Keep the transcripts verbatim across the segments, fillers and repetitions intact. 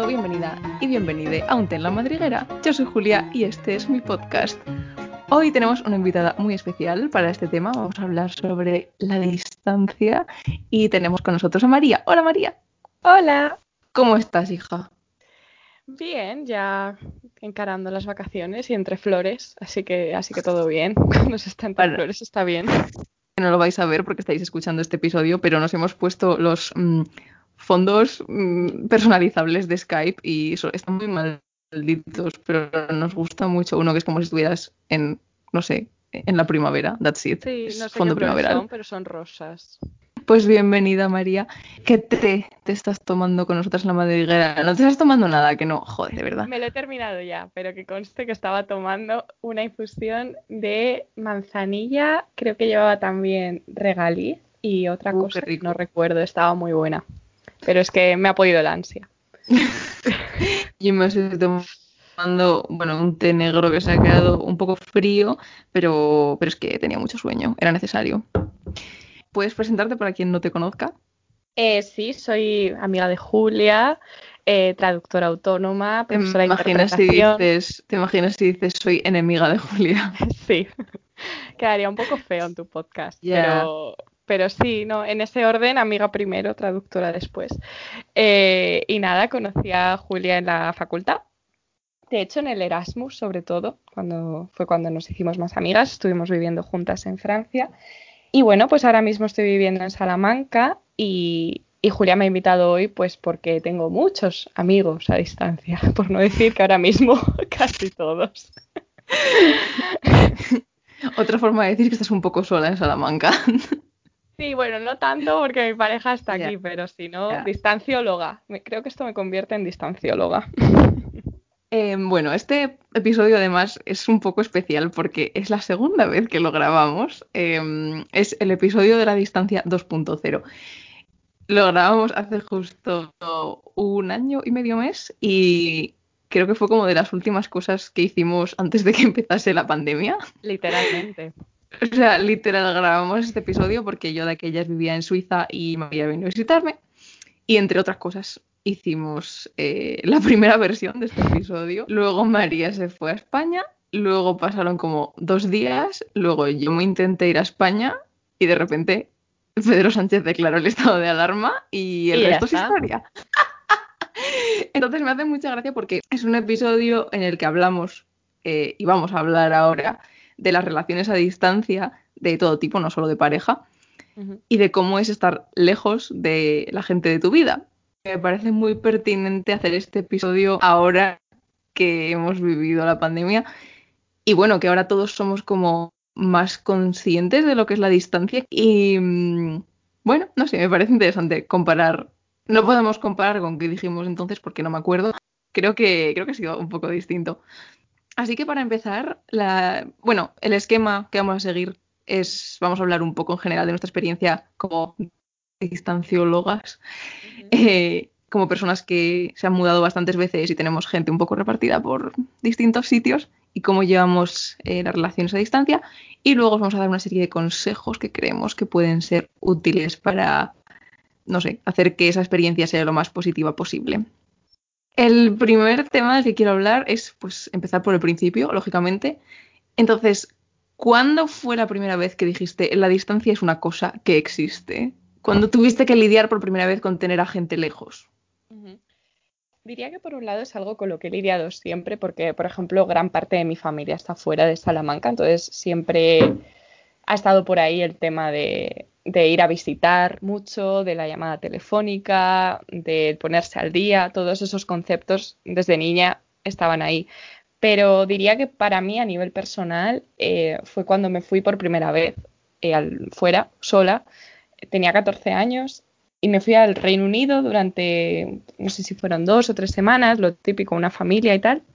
bienvenida y bienvenide a Un té en la madriguera. Yo soy Julia y este es mi podcast. Hoy tenemos una invitada muy especial para este tema. Vamos a hablar sobre la distancia y tenemos con nosotros a María. Hola María. Hola. ¿Cómo estás, hija? Bien, ya encarando las vacaciones y entre flores, así que, así que todo bien. Cuando se está entre Para... flores está bien. No lo vais a ver porque estáis escuchando este episodio, pero nos hemos puesto los mmm, fondos mmm, personalizables de Skype y so, están muy malditos, pero nos gusta mucho uno que es como si estuvieras en, no sé, en la primavera. That's it. Sí, Es no sé qué fondo flores primaveral. son, pero son rosas. Pues bienvenida, María. ¿Qué té te estás tomando con nosotras en la madriguera? No te estás tomando nada, que no, joder, de verdad. Me lo he terminado ya, pero que conste que estaba tomando una infusión de manzanilla, creo que llevaba también regaliz y otra Uh, qué cosa que rico. no recuerdo, estaba muy buena. Pero es que me ha podido la ansia. Yo me estoy tomando, bueno, un té negro que se ha quedado un poco frío, pero, pero es que tenía mucho sueño, era necesario. ¿Puedes presentarte para quien no te conozca? Eh, sí, soy amiga de Julia, eh, traductora autónoma, ¿Te profesora de imaginas si interpretación. dices, te imaginas si dices soy enemiga de Julia? Sí, quedaría un poco feo en tu podcast, Ya. Yeah. pero, pero sí, no, en ese orden, amiga primero, traductora después. Eh, y nada, conocí a Julia en la facultad. De hecho, en el Erasmus, sobre todo, cuando fue cuando nos hicimos más amigas, estuvimos viviendo juntas en Francia. Y bueno, pues ahora mismo estoy viviendo en Salamanca y, y Julia me ha invitado hoy pues porque tengo muchos amigos a distancia, por no decir que ahora mismo casi todos. Otra forma de decir que estás un poco sola en Salamanca. Sí, bueno, no tanto porque mi pareja está Ya. aquí, pero si no, Yeah. distancióloga. Me, creo que esto me convierte en distancióloga. Eh, bueno, este episodio además es un poco especial porque es la segunda vez que lo grabamos. Eh, es el episodio de la distancia dos punto cero. Lo grabamos hace justo un año y medio mes y creo que fue como de las últimas cosas que hicimos antes de que empezase la pandemia. Literalmente. O sea, literal grabamos este episodio porque yo de aquellas vivía en Suiza y María vino a visitarme. Y entre otras cosas hicimos eh, la primera versión de este episodio. Luego María se fue a España. Luego pasaron como dos días. Luego yo me intenté ir a España y de repente Pedro Sánchez declaró el estado de alarma y el Y ya resto es está. historia. Entonces me hace mucha gracia porque es un episodio en el que hablamos, eh, y vamos a hablar ahora, de las relaciones a distancia de todo tipo, no solo de pareja, Uh-huh. y de cómo es estar lejos de la gente de tu vida. Me parece muy pertinente hacer este episodio ahora que hemos vivido la pandemia y bueno, que ahora todos somos como más conscientes de lo que es la distancia y mmm, bueno, no sé, me parece interesante comparar. No podemos comparar con qué dijimos entonces porque no me acuerdo. Creo que, creo que ha sido un poco distinto. Así que para empezar, la... bueno, el esquema que vamos a seguir es, vamos a hablar un poco en general de nuestra experiencia como distanciólogas, Uh-huh. eh, como personas que se han mudado bastantes veces y tenemos gente un poco repartida por distintos sitios y cómo llevamos eh, las relaciones a distancia. Y luego os vamos a dar una serie de consejos que creemos que pueden ser útiles para, no sé, hacer que esa experiencia sea lo más positiva posible. El primer tema del que quiero hablar es, pues, empezar por el principio, lógicamente. Entonces, ¿cuándo fue la primera vez que dijiste la distancia es una cosa que existe? ¿Cuándo tuviste que lidiar por primera vez con tener a gente lejos? Uh-huh. Diría que por un lado es algo con lo que he lidiado siempre, porque, por ejemplo, gran parte de mi familia está fuera de Salamanca, entonces siempre ha estado por ahí el tema de, de ir a visitar mucho, de la llamada telefónica, de ponerse al día, todos esos conceptos desde niña estaban ahí. Pero diría que para mí a nivel personal eh, fue cuando me fui por primera vez eh, al, fuera, sola. Tenía catorce años y me fui al Reino Unido durante, no sé si fueron dos o tres semanas, lo típico, una familia y tal.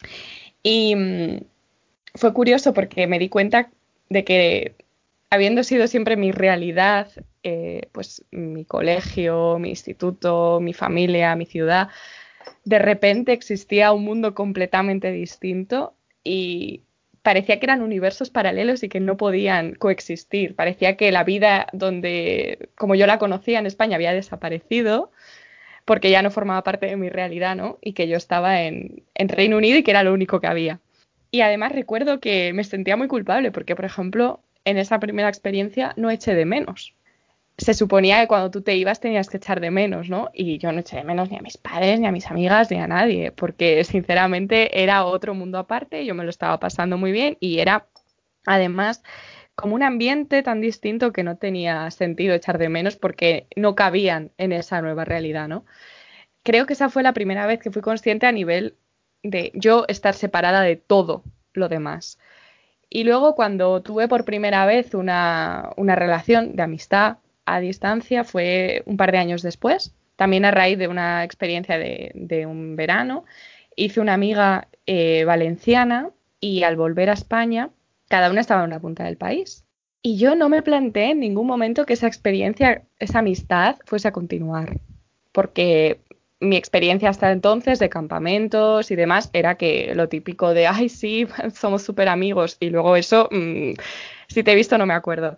Y mmm, fue curioso porque me di cuenta de que habiendo sido siempre mi realidad, eh, pues mi colegio, mi instituto, mi familia, mi ciudad, de repente existía un mundo completamente distinto y parecía que eran universos paralelos y que no podían coexistir. Parecía que la vida donde, como yo la conocía en España, había desaparecido, porque ya no formaba parte de mi realidad, ¿no? Y que yo estaba en, en Reino Unido y que era lo único que había. Y además recuerdo que me sentía muy culpable porque, por ejemplo, en esa primera experiencia no eché de menos. Se suponía que cuando tú te ibas tenías que echar de menos, ¿no? Y yo no eché de menos ni a mis padres, ni a mis amigas, ni a nadie, porque sinceramente era otro mundo aparte, yo me lo estaba pasando muy bien y era, además, como un ambiente tan distinto que no tenía sentido echar de menos porque no cabían en esa nueva realidad, ¿no? Creo que esa fue la primera vez que fui consciente a nivel de yo estar separada de todo lo demás. Y luego cuando tuve por primera vez una, una relación de amistad a distancia fue un par de años después, también a raíz de una experiencia de, de un verano. Hice una amiga eh, valenciana y al volver a España, cada una estaba en una punta del país. Y yo no me planteé en ningún momento que esa experiencia, esa amistad, fuese a continuar. Porque mi experiencia hasta entonces de campamentos y demás era que lo típico de, ay, sí, somos súper amigos y luego eso, mmm, si te he visto no me acuerdo.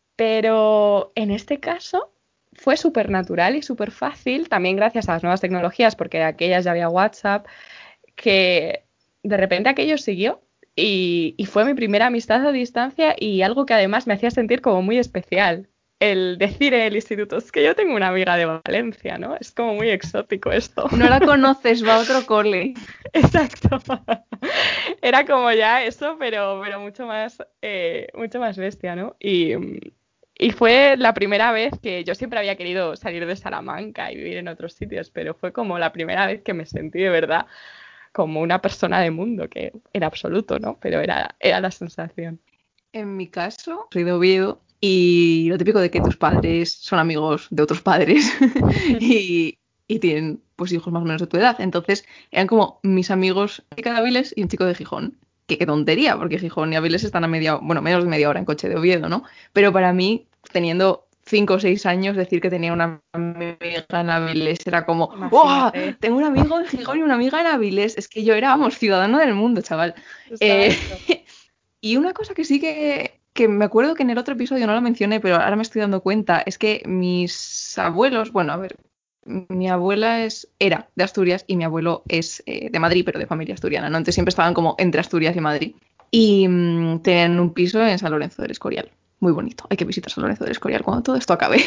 Pero en este caso fue súper natural y súper fácil, también gracias a las nuevas tecnologías, porque de aquellas ya había WhatsApp, que de repente aquello siguió y, y fue mi primera amistad a distancia y algo que además me hacía sentir como muy especial. El decir en el instituto, es que yo tengo una amiga de Valencia, ¿no? Es como muy exótico esto. No la conoces, va a otro cole. Exacto. Era como ya eso, pero, pero mucho más, eh, mucho más bestia, ¿no? Y, y fue la primera vez que yo siempre había querido salir de Salamanca y vivir en otros sitios, pero fue como la primera vez que me sentí de verdad como una persona de mundo, que era absoluto, ¿no? Pero era, era la sensación. En mi caso, soy de Oviedo y lo típico de que tus padres son amigos de otros padres y, y tienen pues hijos más o menos de tu edad. Entonces eran como mis amigos, un chico de Avilés y un chico de Gijón. Que qué tontería, porque Gijón y Avilés están a media, bueno, menos de media hora en coche de Oviedo, ¿no? Pero para mí, teniendo cinco o seis años, decir que tenía una amiga en Avilés era como, ¡wow! Imagínate. Tengo un amigo en Gijón y una amiga en Avilés. Es que yo era, vamos, ciudadano del mundo, chaval. Eh, Exacto. y una cosa que sí que, que me acuerdo que en el otro episodio no lo mencioné, pero ahora me estoy dando cuenta, es que mis abuelos, bueno, a ver, mi abuela es, era de Asturias y mi abuelo es eh, de Madrid, pero de familia asturiana, ¿no? Entonces siempre estaban como entre Asturias y Madrid. Y mmm, tenían un piso en San Lorenzo del Escorial. Muy bonito, hay que visitar San Lorenzo del Escorial cuando todo esto acabe.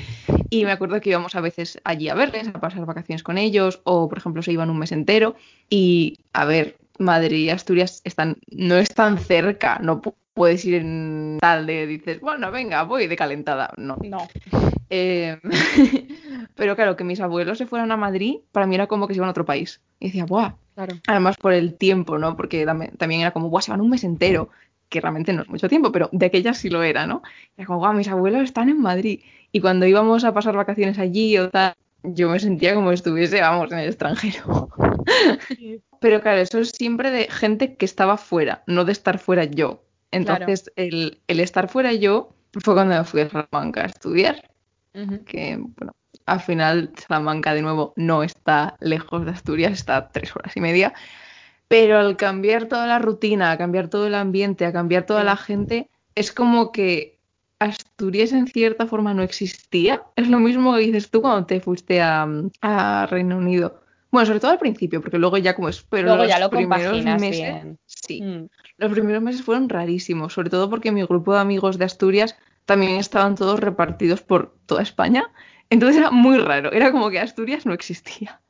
Y me acuerdo que íbamos a veces allí a verles, a pasar vacaciones con ellos, o por ejemplo se iban un mes entero. Y a ver, Madrid y Asturias están, no están cerca, no pu- puedes ir en tal de, dices, bueno, venga, voy de calentada. No. No, Eh, pero claro, que mis abuelos se fueran a Madrid, para mí era como que se iban a otro país. Y decía, ¡buah! claro. Además por el tiempo, ¿no? Porque también, también era como, ¡buah! Se van un mes entero, que realmente no es mucho tiempo, pero de aquella sí lo era, ¿no? Era como, ¡buah! Mis abuelos están en Madrid. Y cuando íbamos a pasar vacaciones allí o tal, yo me sentía como si estuviese, vamos, en el extranjero. Sí. Pero claro, eso es siempre de gente que estaba fuera, no de estar fuera yo. Claro. Entonces, el, el estar fuera yo fue cuando me fui a Salamanca a estudiar, Uh-huh. que, bueno, al final Salamanca de nuevo no está lejos de Asturias, está a tres horas y media, pero al cambiar toda la rutina, a cambiar todo el ambiente, a cambiar toda la Sí. gente, es como que Asturias en cierta forma no existía. Es lo mismo que dices tú cuando te fuiste a, a Reino Unido. Bueno, sobre todo al principio, porque luego ya como es, pero Luego ya los lo primeros compaginas meses, bien. sí, Mm. los primeros meses fueron rarísimos, sobre todo porque mi grupo de amigos de Asturias también estaban todos repartidos por toda España. Entonces era muy raro, era como que Asturias no existía.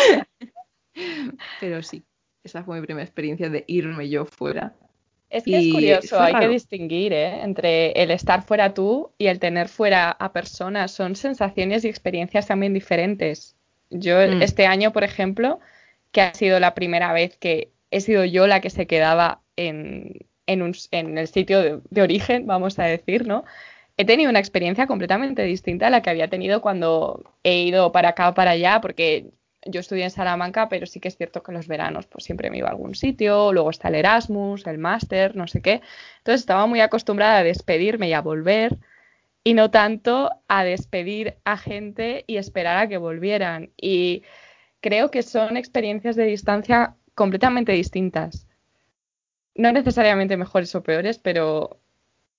Pero sí, esa fue mi primera experiencia de irme yo fuera. Es que es Y curioso, fue hay que raro. distinguir, ¿eh? Entre el estar fuera tú y el tener fuera a personas. Son sensaciones y experiencias también diferentes. Yo Mm, este año, por ejemplo, que ha sido la primera vez que he sido yo la que se quedaba en, en, un, en el sitio de, de origen, vamos a decir, ¿no? He tenido una experiencia completamente distinta a la que había tenido cuando he ido para acá o para allá, porque yo estudié en Salamanca, pero sí que es cierto que los veranos pues siempre me iba a algún sitio, luego está el Erasmus, el máster, no sé qué. Entonces estaba muy acostumbrada a despedirme y a volver y no tanto a despedir a gente y esperar a que volvieran. Y creo que son experiencias de distancia completamente distintas. No necesariamente mejores o peores, pero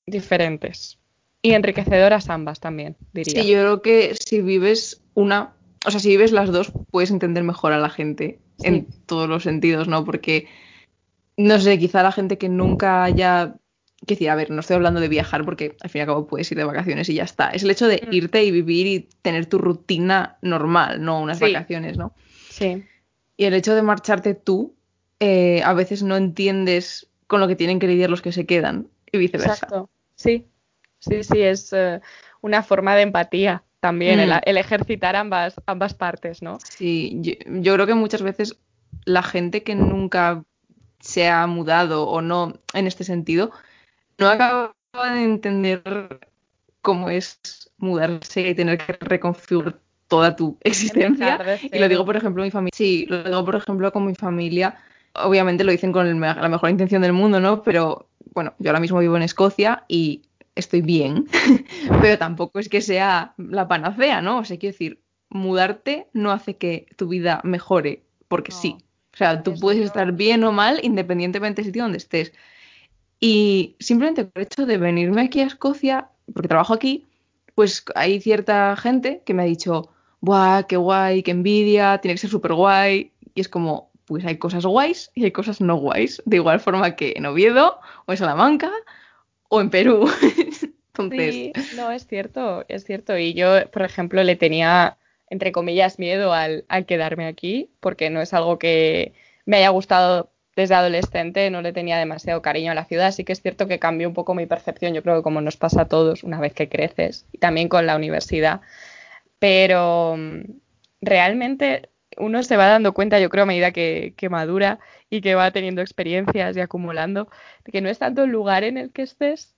diferentes. Y enriquecedoras ambas también, sí, diría. yo creo que si vives una, o sea, si vives las dos, puedes entender mejor a la gente Sí. en todos los sentidos, ¿no? Porque, no sé, quizá la gente que nunca haya... Que decir, a ver, no estoy hablando de viajar porque al fin y al cabo puedes ir de vacaciones y ya está. Es el hecho de Mm. irte y vivir y tener tu rutina normal, no unas Sí. vacaciones, ¿no? Sí. Y el hecho de marcharte tú, eh, a veces no entiendes con lo que tienen que lidiar los que se quedan y viceversa. Exacto. Sí. Sí, sí, es eh, una forma de empatía también, el, Mm, el ejercitar ambas, ambas partes, ¿no? sí, yo, yo creo que muchas veces la gente que nunca se ha mudado o no en este sentido, no acaba de entender cómo es mudarse y tener que reconfigurar toda tu existencia. Empezar de Y lo digo, cero. por ejemplo, mi familia. Sí, lo digo, por ejemplo, con mi familia. Obviamente lo dicen con el me- la mejor intención del mundo, ¿no? Pero bueno, yo ahora mismo vivo en Escocia y estoy bien, pero tampoco es que sea la panacea, ¿no? O sea, quiero decir, mudarte no hace que tu vida mejore, porque sí. No, O sea, tú eso puedes yo. estar bien o mal independientemente del sitio donde estés. Y simplemente por el hecho de venirme aquí a Escocia, porque trabajo aquí, pues hay cierta gente que me ha dicho, ¡buah, qué guay, qué envidia, tiene que ser súper guay! Y es como, pues hay cosas guays y hay cosas no guays, de igual forma que en Oviedo, o en Salamanca, o en Perú. Entonces, Sí, no, es cierto, es cierto. Y yo, por ejemplo, le tenía, entre comillas, miedo al, al quedarme aquí, porque no es algo que me haya gustado desde adolescente, no le tenía demasiado cariño a la ciudad. Sí que es cierto que cambió un poco mi percepción, yo creo que como nos pasa a todos una vez que creces, y también con la universidad. Pero mm, realmente uno se va dando cuenta, yo creo, a medida que, que madura y que va teniendo experiencias y acumulando, de que no es tanto el lugar en el que estés.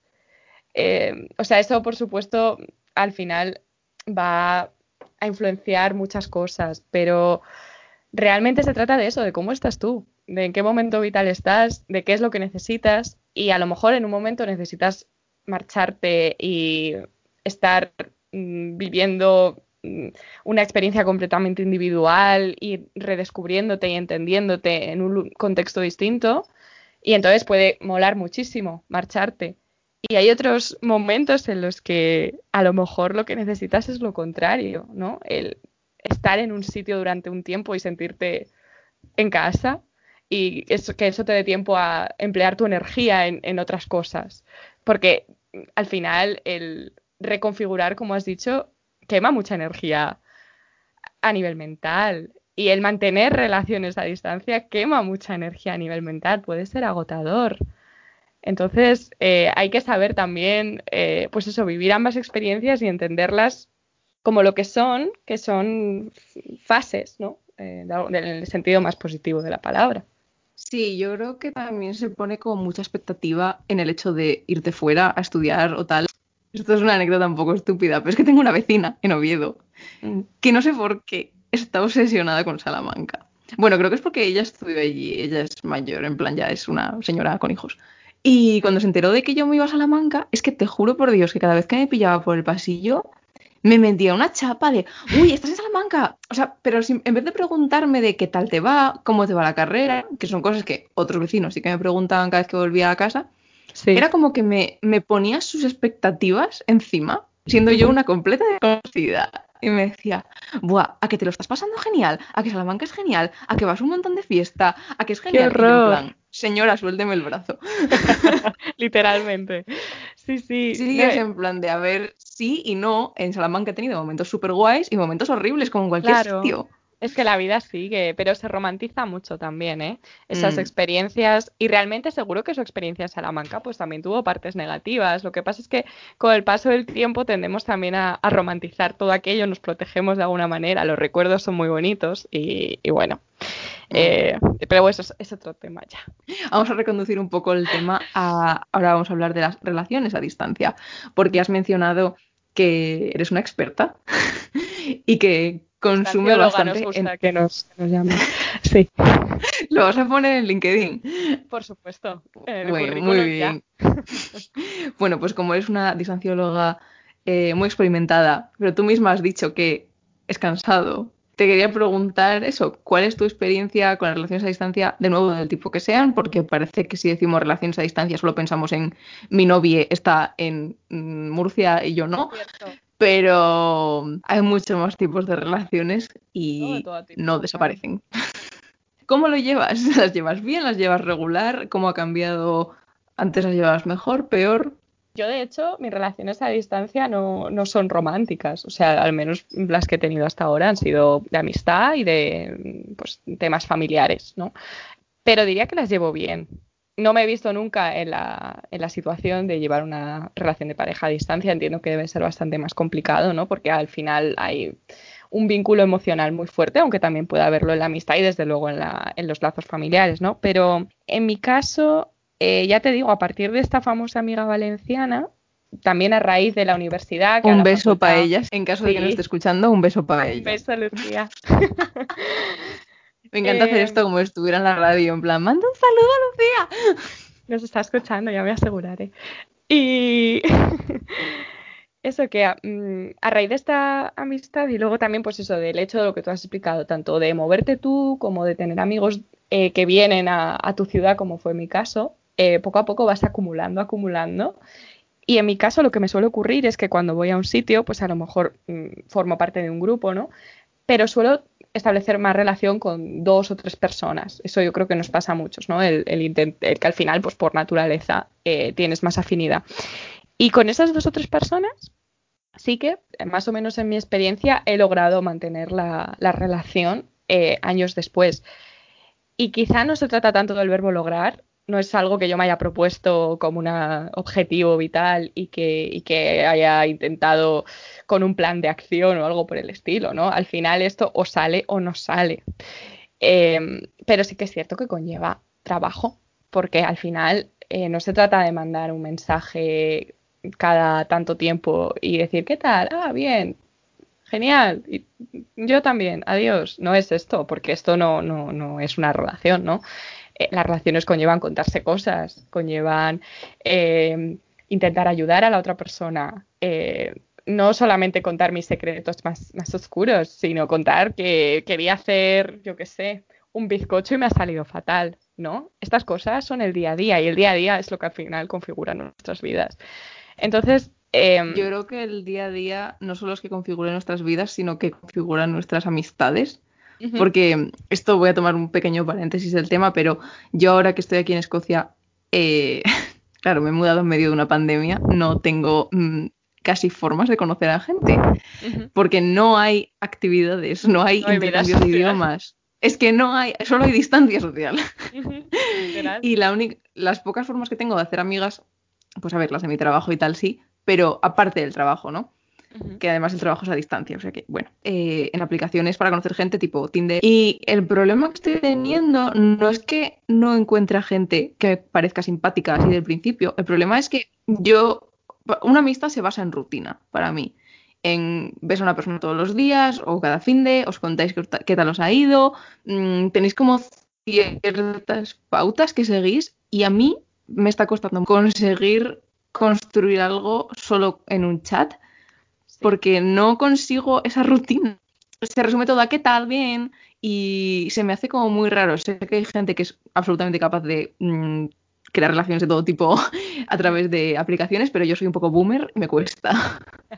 Eh, o sea, eso por supuesto al final va a influenciar muchas cosas, pero realmente se trata de eso, de cómo estás tú, de en qué momento vital estás, de qué es lo que necesitas y a lo mejor en un momento necesitas marcharte y estar mm, viviendo mm, una experiencia completamente individual y redescubriéndote y entendiéndote en un contexto distinto y entonces puede molar muchísimo marcharte. Y hay otros momentos en los que a lo mejor lo que necesitas es lo contrario, ¿no? El estar en un sitio durante un tiempo y sentirte en casa y eso, que eso te dé tiempo a emplear tu energía en, en otras cosas. Porque al final el reconfigurar, como has dicho, quema mucha energía a nivel mental. Y el mantener relaciones a distancia quema mucha energía a nivel mental, puede ser agotador. Entonces, eh, hay que saber también, eh, pues eso, vivir ambas experiencias y entenderlas como lo que son, que son fases, ¿no? Eh, en el sentido más positivo de la palabra. sí, yo creo que también se pone como mucha expectativa en el hecho de irte fuera a estudiar o tal. Esto es una anécdota un poco estúpida, pero es que tengo una vecina en Oviedo Mm. que no sé por qué está obsesionada con Salamanca. Bueno, creo que es porque ella estudió allí, ella es mayor, en plan ya es una señora con hijos. Y cuando se enteró de que yo me iba a Salamanca, es que te juro por Dios que cada vez que me pillaba por el pasillo, me metía una chapa de, uy, ¿estás en Salamanca? O sea, pero si, en vez de preguntarme de qué tal te va, cómo te va la carrera, que son cosas que otros vecinos sí que me preguntaban cada vez que volvía a casa, Sí. era como que me, me ponía sus expectativas encima, siendo yo Ujú. una completa desconocida. Y me decía, buah, a que te lo estás pasando genial, a que Salamanca es genial, a que vas a un montón de fiesta, a que es ¡Qué genial. Y yo en horror! plan, señora, suélteme el brazo. Literalmente. Sí, sí. Sí, No, es en plan de, a ver, sí y no. En Salamanca he tenido momentos súper guays y momentos horribles, como en cualquier claro, sitio. es que la vida sigue, pero se romantiza mucho también, ¿eh? Esas Mm. experiencias, y realmente seguro que su experiencia en Salamanca pues también tuvo partes negativas. Lo que pasa es que con el paso del tiempo tendemos también a, a romantizar todo aquello, nos protegemos de alguna manera, los recuerdos son muy bonitos y, y bueno, Mm. eh, pero eso es, es otro tema ya. Vamos a reconducir un poco el tema a... Ahora vamos a hablar de las relaciones a distancia, porque has mencionado que eres una experta y que consume Distancióloga nos bastante en... gusta que nos, que nos llamen. Sí, Lo vas a poner en LinkedIn. por supuesto, en el Muy, muy currículum ya. bien. Bueno, pues como eres una distancióloga eh, muy experimentada, pero tú misma has dicho que es cansado, te quería preguntar eso, ¿cuál es tu experiencia con las relaciones a distancia, de nuevo, del tipo que sean? Porque parece que si decimos relaciones a distancia solo pensamos en mi novia está en mm, Murcia y yo no, Cierto. pero hay muchos más tipos de relaciones y No, de todo tipo, no claro. desaparecen. ¿Cómo lo llevas? ¿Las llevas bien? ¿Las llevas regular? ¿Cómo ha cambiado? ¿Antes las llevabas mejor, peor? Yo, de hecho, mis relaciones a distancia no, no son románticas. O sea, al menos las que he tenido hasta ahora han sido de amistad y de pues, temas familiares, ¿no? Pero diría que las llevo bien. No me he visto nunca en la, en la situación de llevar una relación de pareja a distancia. Entiendo que debe ser bastante más complicado, ¿no? Porque al final hay un vínculo emocional muy fuerte, aunque también puede haberlo en la amistad y desde luego en, la, en los lazos familiares, ¿no? Pero en mi caso, eh, ya te digo, a partir de esta famosa amiga valenciana, también a raíz de la universidad, que a Un la beso para facultad... ellas. En caso de que no Sí, esté escuchando, un beso para un ellas. beso, Lucía. Me encanta hacer Eh, esto como si estuviera en la radio, en plan, manda un saludo a Lucía. nos está escuchando, ya me aseguraré. Y eso que a, mm, a raíz de esta amistad y luego también pues eso del hecho de lo que tú has explicado, tanto de moverte tú como de tener amigos eh, que vienen a, a tu ciudad, como fue mi caso, eh, poco a poco vas acumulando, acumulando. Y en mi caso lo que me suele ocurrir es que cuando voy a un sitio, pues a lo mejor mm, formo parte de un grupo, ¿no? Pero suelo establecer más relación con dos o tres personas. Eso yo creo que nos pasa a muchos, ¿no? El, el, intent- el que al final, pues por naturaleza, eh, tienes más afinidad. Y con esas dos o tres personas, sí que, eh, más o menos en mi experiencia, he logrado mantener la, la relación eh, años después. Y quizá no se trata tanto del verbo lograr, no es algo que yo me haya propuesto como un objetivo vital y que, y que haya intentado con un plan de acción o algo por el estilo, ¿no? Al final esto o sale o no sale. Eh, pero sí que es cierto que conlleva trabajo, porque al final eh, no se trata de mandar un mensaje cada tanto tiempo y decir, ¿qué tal? Ah, bien, genial. Y yo también, adiós. No es esto, porque esto no, no, no es una relación, ¿no? Eh, las relaciones conllevan contarse cosas, conllevan eh, intentar ayudar a la otra persona. Eh, no solamente contar mis secretos más, más oscuros, sino contar que quería hacer, yo qué sé, un bizcocho y me ha salido fatal, ¿no? Estas cosas son el día a día y el día a día es lo que al final configura nuestras vidas. Entonces, Yo eh, creo que el día a día no solo es que configure nuestras vidas, sino que configura nuestras amistades. uh-huh, Porque esto voy a tomar un pequeño paréntesis del tema, pero yo ahora que estoy aquí en Escocia, eh, claro, me he mudado en medio de una pandemia, no tengo mm, casi formas de conocer a gente, uh-huh. porque no hay actividades, no hay No hay vida intercambio de social. idiomas. Es que no hay, solo hay distancia social. Uh-huh, literal. Y la única, las pocas formas que tengo de hacer amigas, pues a ver, las de mi trabajo y tal, sí, pero aparte del trabajo, ¿no? Uh-huh. Que además el trabajo es a distancia, o sea que, bueno, eh, en aplicaciones para conocer gente tipo Tinder. Y el problema que estoy teniendo no es que no encuentre a gente que me parezca simpática así del principio, el problema es que yo, una amistad se basa en rutina para mí. En ves a una persona todos los días o cada fin de, os contáis qué, qué tal os ha ido, mmm, tenéis como ciertas pautas que seguís y a mí me está costando conseguir construir algo solo en un chat Sí. porque no consigo esa rutina. Se resume todo a qué tal, bien, y se me hace como muy raro. Sé que hay gente que es absolutamente capaz de mmm, crear relaciones de todo tipo a Uh-huh. través de aplicaciones, pero yo soy un poco boomer y me cuesta.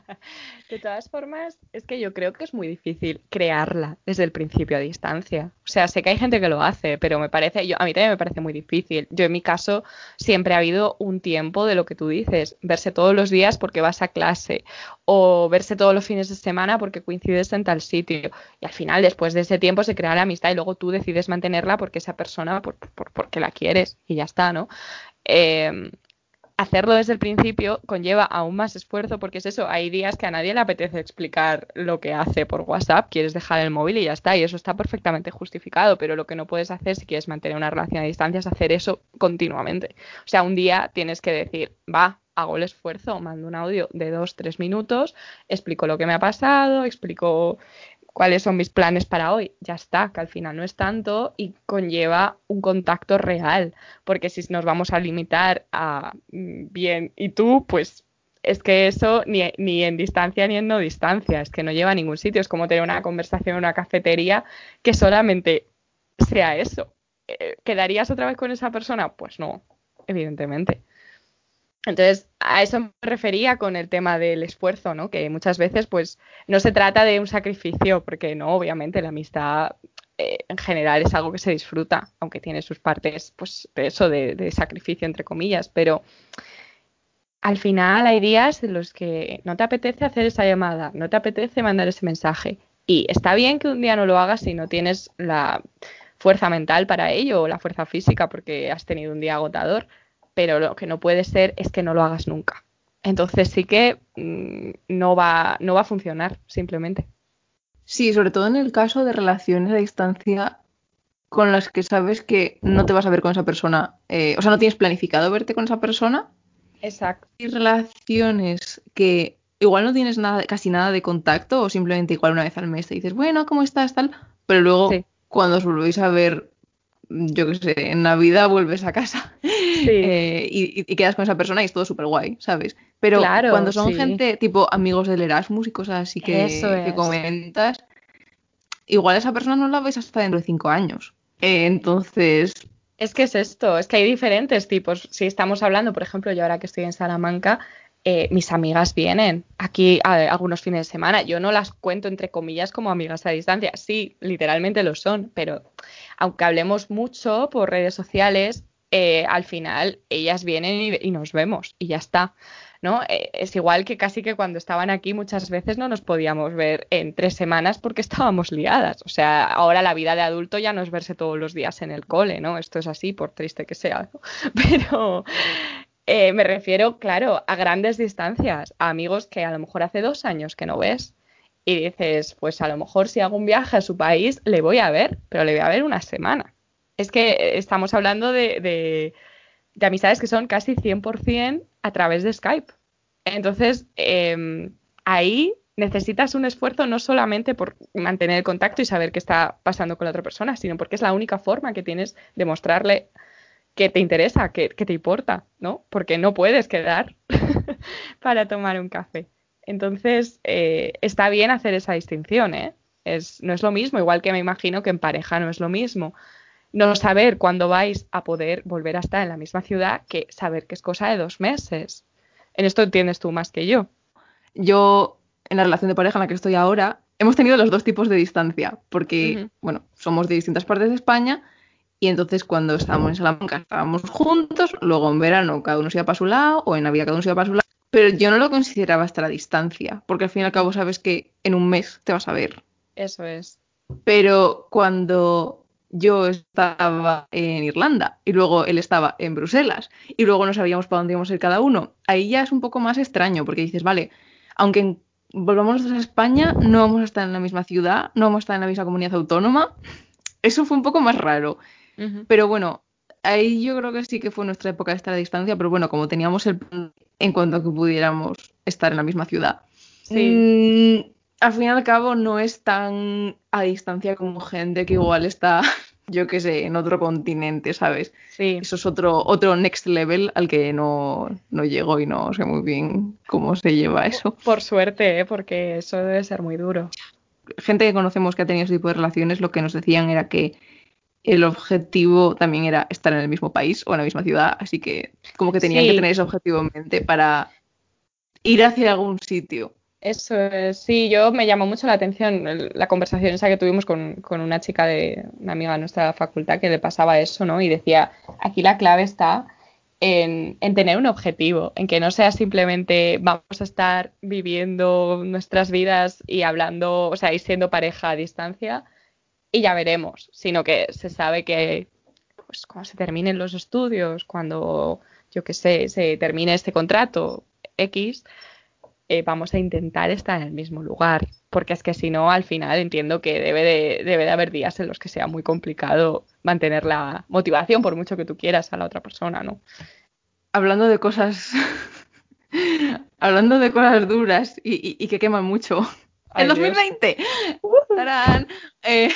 De todas formas, es que yo creo que es muy difícil crearla desde el principio a distancia. O sea, sé que hay gente que lo hace, pero me parece, yo, a mí también me parece muy difícil. Yo en mi caso siempre ha habido un tiempo de lo que tú dices, verse todos los días porque vas a clase o verse todos los fines de semana porque coincides en tal sitio. Y al final, después de ese tiempo, se crea la amistad y luego tú decides mantenerla porque esa persona, por, por, porque la quieres y ya está, ¿no? Eh, hacerlo desde el principio conlleva aún más esfuerzo porque es eso, hay días que a nadie le apetece explicar lo que hace por WhatsApp, quieres dejar el móvil y ya está, y eso está perfectamente justificado, pero lo que no puedes hacer si quieres mantener una relación a distancia es hacer eso continuamente. O sea, un día tienes que decir, va, hago el esfuerzo, mando un audio de dos, tres minutos, explico lo que me ha pasado, explico cuáles son mis planes para hoy, ya está, que al final no es tanto y conlleva un contacto real, porque si nos vamos a limitar a mm, bien y tú, pues es que eso ni, ni en distancia ni en no distancia, es que no lleva a ningún sitio, es como tener una conversación en una cafetería que solamente sea eso. Eh, ¿Quedarías otra vez con esa persona? Pues no, evidentemente. Entonces, a eso me refería con el tema del esfuerzo, ¿no? Que muchas veces, pues, no se trata de un sacrificio, porque no, obviamente, la amistad eh, en general es algo que se disfruta, aunque tiene sus partes, pues, de eso, de, de sacrificio, entre comillas, pero al final hay días en los que no te apetece hacer esa llamada, no te apetece mandar ese mensaje. Y está bien que un día no lo hagas si no tienes la fuerza mental para ello o la fuerza física porque has tenido un día agotador, pero lo que no puede ser es que no lo hagas nunca. Entonces sí que mmm, no va, no va a funcionar, simplemente. Sí, sobre todo en el caso de relaciones a distancia con las que sabes que no te vas a ver con esa persona, eh, o sea, no tienes planificado verte con esa persona. Exacto. Hay relaciones que igual no tienes nada, casi nada de contacto o simplemente igual una vez al mes te dices, bueno, ¿cómo estás? Tal, pero luego Sí, cuando os volvéis a ver, yo qué sé, en Navidad vuelves a casa sí, eh, y, y quedas con esa persona y es todo súper guay, ¿sabes? Pero claro, cuando son sí. gente tipo amigos del Erasmus y cosas así Eso que, que es. comentas, igual esa persona no la ves hasta dentro de cinco años. Eh, entonces, Es que es esto, es que hay diferentes tipos. Si estamos hablando, por ejemplo, yo ahora que estoy en Salamanca, eh, mis amigas vienen aquí a, algunos fines de semana. Yo no las cuento entre comillas como amigas a distancia. Sí, literalmente lo son, pero aunque hablemos mucho por redes sociales, eh, al final ellas vienen y, y nos vemos y ya está. ¿No? Eh, es igual que casi que cuando estaban aquí muchas veces no nos podíamos ver en tres semanas porque estábamos liadas. O sea, ahora la vida de adulto ya no es verse todos los días en el cole, ¿no? Esto es así, por triste que sea, ¿no? Pero eh, me refiero, claro, a grandes distancias, a amigos que a lo mejor hace dos años que no ves. Y dices, pues a lo mejor si hago un viaje a su país, le voy a ver, pero le voy a ver una semana. Es que estamos hablando de, de de amistades que son casi cien por ciento a través de Skype. Entonces, eh, ahí necesitas un esfuerzo no solamente por mantener el contacto y saber qué está pasando con la otra persona, sino porque es la única forma que tienes de mostrarle que te interesa, que, que te importa, ¿no? Porque no puedes quedar para tomar un café. Entonces, eh, está bien hacer esa distinción, ¿eh? Es, no es lo mismo, igual que me imagino que en pareja no es lo mismo no saber cuándo vais a poder volver a estar en la misma ciudad que saber que es cosa de dos meses. En esto entiendes tú más que yo. yo, en la relación de pareja en la que estoy ahora, hemos tenido los dos tipos de distancia, porque, Ujú. bueno, somos de distintas partes de España y entonces cuando estábamos en Salamanca estábamos juntos, luego en verano cada uno se iba para su lado o en Navidad cada uno se iba para su lado, pero yo no lo consideraba estar a distancia, porque al fin y al cabo sabes que en un mes te vas a ver. Eso es. Pero cuando yo estaba en Irlanda y luego él estaba en Bruselas y luego no sabíamos para dónde íbamos a ir cada uno, ahí ya es un poco más extraño porque dices, vale, aunque volvamos nosotros a España, no vamos a estar en la misma ciudad, no vamos a estar en la misma comunidad autónoma. Eso fue un poco más raro. Ujú. Pero bueno, ahí yo creo que sí que fue nuestra época de estar a distancia, pero bueno, como teníamos el plan en cuanto a que pudiéramos estar en la misma ciudad. Sí, Mm, al fin y al cabo no es tan a distancia como gente que igual está, yo qué sé, en otro continente, ¿sabes? sí. Eso es otro, otro next level al que no, no llego y no sé muy bien cómo se lleva Por, eso. por suerte, ¿eh? Porque eso debe ser muy duro. Gente que conocemos que ha tenido ese tipo de relaciones, lo que nos decían era que el objetivo también era estar en el mismo país o en la misma ciudad, así que como que tenían que Sí, tener ese objetivo en mente para ir hacia algún sitio. eso es. Sí, yo me llamó mucho la atención el- la conversación esa que tuvimos con, con una chica de una amiga de nuestra facultad que le pasaba eso, ¿no? Y decía, aquí la clave está en, en tener un objetivo, en que no sea simplemente vamos a estar viviendo nuestras vidas y hablando, o sea, y siendo pareja a distancia y ya veremos, sino que se sabe que pues cuando se terminen los estudios, cuando yo qué sé, se termine este contrato X, eh, vamos a intentar estar en el mismo lugar, porque es que si no, al final entiendo que debe de, debe de haber días en los que sea muy complicado mantener la motivación, por mucho que tú quieras a la otra persona, ¿no? Hablando de cosas, hablando de cosas duras y, y, y que queman mucho. El Ay, Dios. dos mil veinte, ¡tarán! Eh,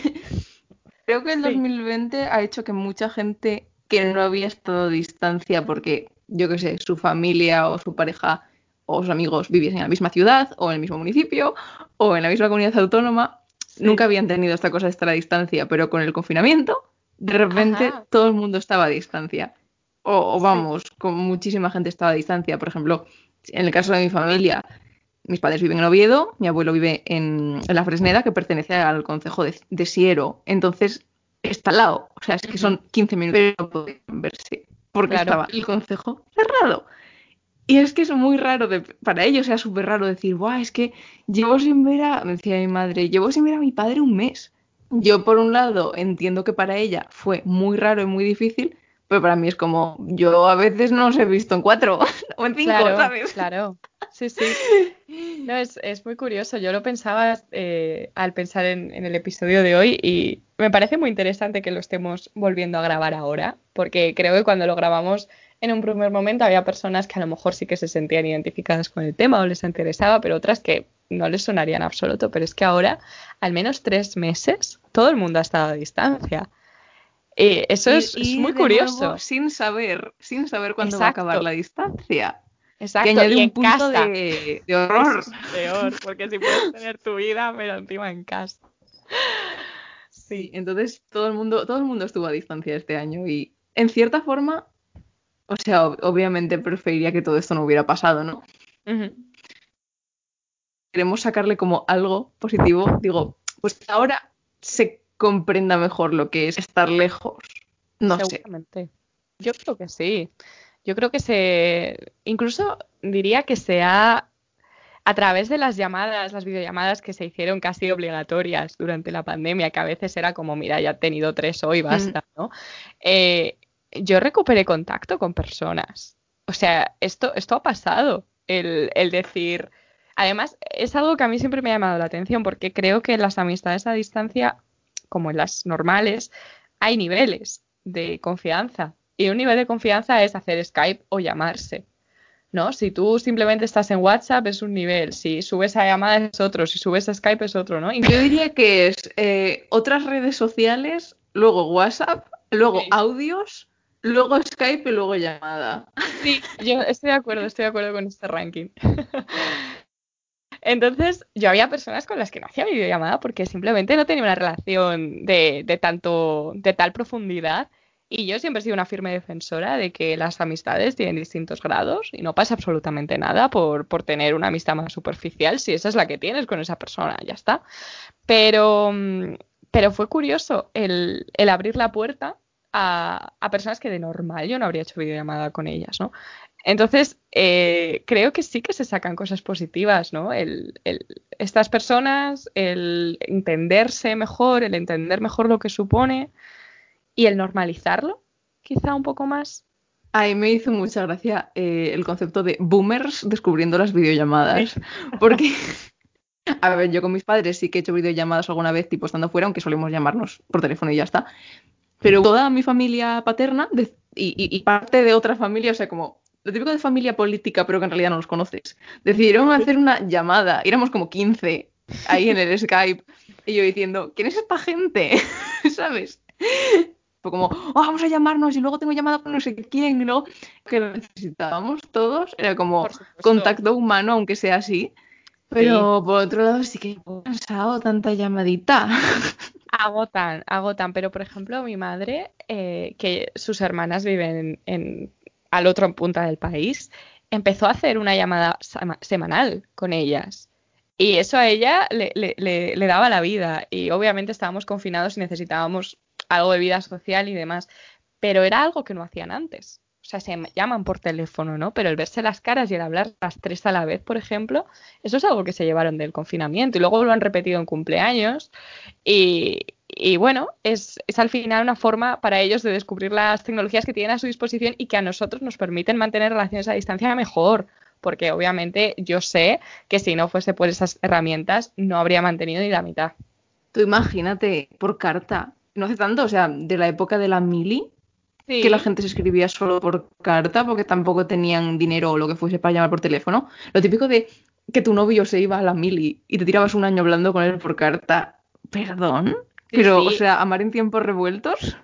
creo que el Sí. dos mil veinte ha hecho que mucha gente que no había estado a distancia porque, yo qué sé, su familia o su pareja o sus amigos viviesen en la misma ciudad o en el mismo municipio o en la misma comunidad autónoma, nunca Sí. habían tenido esta cosa de estar a distancia, pero con el confinamiento, de repente Ajá. todo el mundo estaba a distancia. o, o Sí. vamos, con muchísima gente estaba a distancia. Por ejemplo, en el caso de mi familia, mis padres viven en Oviedo, mi abuelo vive en, en La Fresneda, que pertenece al concejo de, de Siero. Entonces, está al lado. O sea, es que son quince minutos, pero no podían verse, porque Claro. estaba el concejo cerrado. Y es que es muy raro, de, para ellos era súper raro decir, Buah, es que llevo sin ver a, me decía mi madre, llevo sin ver a mi padre un mes. Yo, por un lado, entiendo que para ella fue muy raro y muy difícil, pero para mí es como, yo a veces no os he visto en cuatro o en cinco, Claro, ¿sabes? claro. Sí, sí. No, es, es muy curioso. Yo lo pensaba eh, al pensar en, en el episodio de hoy y me parece muy interesante que lo estemos volviendo a grabar ahora, porque creo que cuando lo grabamos en un primer momento había personas que a lo mejor sí que se sentían identificadas con el tema o les interesaba, pero otras que no les sonaría en absoluto. Pero es que ahora, al menos tres meses, todo el mundo ha estado a distancia. Y eso Y, es, es y muy de nuevo, curioso. sin saber, sin saber cuándo va a acabar Exacto. la distancia, que Exacto, añade y en un punto casa. de, de Eso horror. es peor, porque si puedes tener tu vida, pero encima en casa. Sí, Sí. entonces todo el mundo, todo el mundo estuvo a distancia este año y en cierta forma, o sea, ob- obviamente preferiría que todo esto no hubiera pasado, ¿no? Ujú. Queremos sacarle como algo positivo, digo, pues ahora se comprenda mejor lo que es estar lejos. No sé. Seguramente. Yo creo que sí. Yo creo que se, incluso diría que se ha, a través de las llamadas, las videollamadas que se hicieron casi obligatorias durante la pandemia, que a veces era como, mira, ya he tenido tres hoy, Mm. basta, ¿no? Eh, yo recuperé contacto con personas. O sea, esto, esto ha pasado, el, el decir... Además, es algo que a mí siempre me ha llamado la atención, porque creo que en las amistades a distancia, como en las normales, hay niveles de confianza. Y un nivel de confianza es hacer Skype o llamarse. ¿No? Si tú simplemente estás en WhatsApp es un nivel, si subes a llamada es otro, si subes a Skype es otro, ¿no? Yo diría que es eh, otras redes sociales, luego WhatsApp, luego Sí. audios, luego Skype y luego llamada. Sí, yo estoy de acuerdo, estoy de acuerdo con este ranking. Entonces, yo había personas con las que no hacía videollamada porque simplemente no tenía una relación de, de tanto, de tal profundidad. Y yo siempre he sido una firme defensora de que las amistades tienen distintos grados y no pasa absolutamente nada por, por tener una amistad más superficial si esa es la que tienes con esa persona, ya está. Pero, mm, pero fue curioso el, el abrir la puerta a, a personas que de normal yo no habría hecho videollamada con ellas, ¿no? Entonces, eh, creo que sí que se sacan cosas positivas, ¿no? El, el- estas personas, el entenderse mejor, el entender mejor lo que supone y el normalizarlo, quizá un poco más. A mí me hizo mucha gracia eh, el concepto de boomers descubriendo las Sí. videollamadas. Porque, a ver, yo con mis padres sí que he hecho videollamadas alguna vez, tipo estando fuera, aunque solemos llamarnos por teléfono y ya está. Pero toda mi familia paterna de- y, y- y parte de otra familia, o sea, como lo típico de familia política, pero que en realidad no los conoces, decidieron hacer una llamada. Éramos como quince ahí en el Skype. Y yo diciendo, ¿quién es esta gente? ¿Sabes? Fue como, oh, vamos a llamarnos y luego tengo llamada con no sé quién y luego que lo necesitábamos todos. Era como Por supuesto. contacto humano, aunque sea así. Sí. Pero por otro lado sí que he cansado tanta llamadita. Agotan, agotan, pero por ejemplo mi madre, eh, que sus hermanas viven en, al otro punta del país, empezó a hacer una llamada sama- semanal con ellas. Y eso a ella le, le- le- le daba la vida. Y obviamente estábamos confinados y necesitábamos algo de vida social y demás. Pero era algo que no hacían antes. O sea, se llaman por teléfono, ¿no? Pero el verse las caras y el hablar las tres a la vez, por ejemplo, eso es algo que se llevaron del confinamiento. Y luego lo han repetido en cumpleaños. Y, y bueno, es, es al final una forma para ellos de descubrir las tecnologías que tienen a su disposición y que a nosotros nos permiten mantener relaciones a distancia mejor. Porque obviamente yo sé que si no fuese por esas herramientas no habría mantenido ni la mitad. Tú imagínate por carta. No hace tanto, o sea, de la época de la mili, que la Sí, gente se escribía solo por carta porque tampoco tenían dinero o lo que fuese para llamar por teléfono. Lo típico de que tu novio se iba a la mili y te tirabas un año hablando con él por carta. ¿Perdón? sí, Pero, o sí. sea, amar en tiempos revueltos.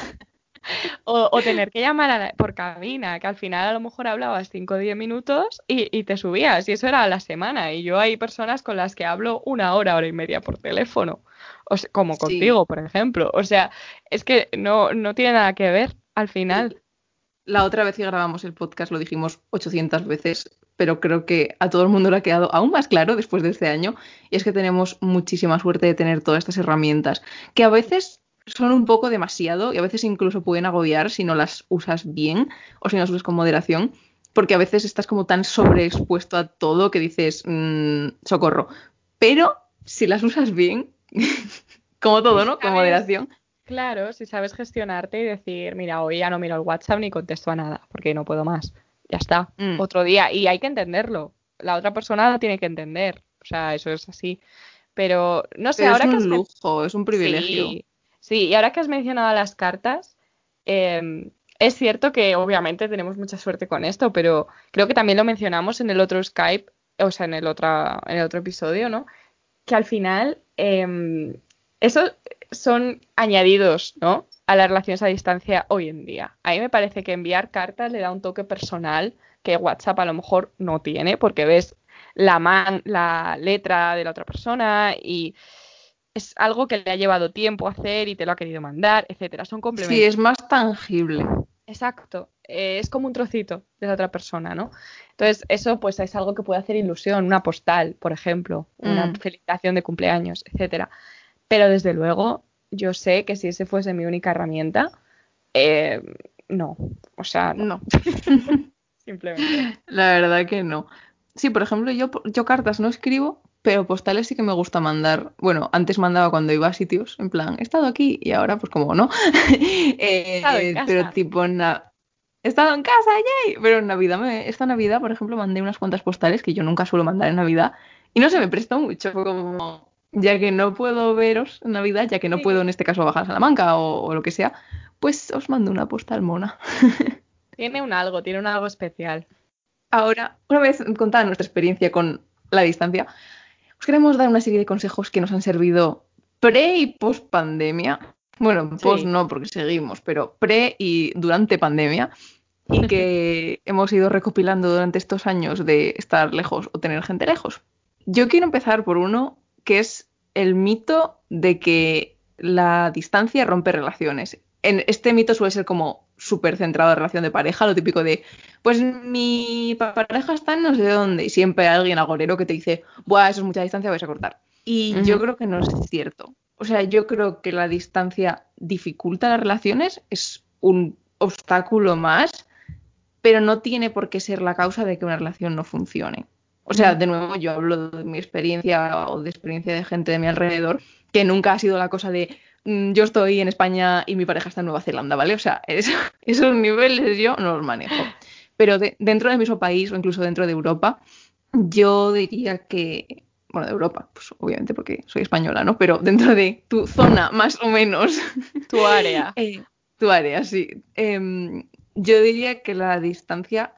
O, o tener que llamar a la- por cabina, que al final a lo mejor hablabas cinco o diez minutos y, y te subías, y eso era a la semana. Y yo hay personas con las que hablo una hora, hora y media por teléfono, o se- como Sí. contigo, por ejemplo. O sea, es que no, no tiene nada que ver al final. La otra vez que grabamos el podcast lo dijimos ochocientas veces, pero creo que a todo el mundo le ha quedado aún más claro después de este año, y es que tenemos muchísima suerte de tener todas estas herramientas, que a veces son un poco demasiado y a veces incluso pueden agobiar si no las usas bien o si no las usas con moderación, porque a veces estás como tan sobreexpuesto a todo que dices, mmm, socorro. Pero si las usas bien, como todo, ¿no? Con ¿Sabes? moderación. Claro, si sabes gestionarte y decir, mira, hoy ya no miro el WhatsApp ni contesto a nada, porque no puedo más. Ya está. Mm. Otro día. Y hay que entenderlo. La otra persona lo tiene que entender. O sea, eso es así. Pero, no sé, Pero es ahora que un has... men- lujo, es un privilegio. Sí, sí. Y ahora que has mencionado las cartas, eh, es cierto que obviamente tenemos mucha suerte con esto, pero creo que también lo mencionamos en el otro Skype, o sea, en el, otra, en el otro episodio, ¿no? Que al final eh, eso son añadidos, ¿no? A las relaciones a distancia hoy en día. A mí me parece que enviar cartas le da un toque personal que WhatsApp a lo mejor no tiene, porque ves la, man, la letra de la otra persona y es algo que le ha llevado tiempo hacer y te lo ha querido mandar, etcétera. Son Sí, complementos. es más tangible. Exacto, eh, es como un trocito de la otra persona, ¿no? Entonces, eso pues es algo que puede hacer ilusión, una postal, por ejemplo, una Mm. felicitación de cumpleaños, etcétera. Pero desde luego, yo sé que si ese fuese mi única herramienta, eh, no, o sea, no, No. simplemente no. La verdad que no. Sí, por ejemplo, yo, yo cartas no escribo, pero postales sí que me gusta mandar. Bueno, antes mandaba cuando iba a sitios, en plan, he estado aquí y ahora pues como no. He estado en Eh, pero casa. tipo, na- he estado en casa, yay. Pero en Navidad, me- esta Navidad, por ejemplo, mandé unas cuantas postales que yo nunca suelo mandar en Navidad y no se me prestó mucho. Fue como, ya que no puedo veros en Navidad, ya que no puedo Sí, en este caso bajar a Salamanca o, o lo que sea, pues os mando una postal mona. tiene un algo, tiene un algo especial. Ahora, una vez contada nuestra experiencia con la distancia, os queremos dar una serie de consejos que nos han servido pre y post pandemia. Bueno, post Sí. no, porque seguimos, pero pre y durante pandemia, y que hemos ido recopilando durante estos años de estar lejos o tener gente lejos. Yo quiero empezar por uno que es el mito de que la distancia rompe relaciones. En este mito suele ser como súper centrado en relación de pareja, lo típico de, pues mi pareja está en no sé dónde, y siempre hay alguien agorero que te dice, buah, eso es mucha distancia, vais a cortar. Y yo Ujú. creo que no es cierto. O sea, yo creo que la distancia dificulta las relaciones, es un obstáculo más, pero no tiene por qué ser la causa de que una relación no funcione. O sea, Ujú. de nuevo, yo hablo de mi experiencia o de experiencia de gente de mi alrededor, que nunca ha sido la cosa de mm, yo estoy en España y mi pareja está en Nueva Zelanda, ¿vale? O sea, es- esos niveles yo no los manejo. Pero de- dentro del mismo país o incluso dentro de Europa, yo diría que, bueno, de Europa, pues obviamente porque soy española, ¿no? Pero dentro de tu zona, más o menos, Tu área. eh, tu área, sí. Em, yo diría que la distancia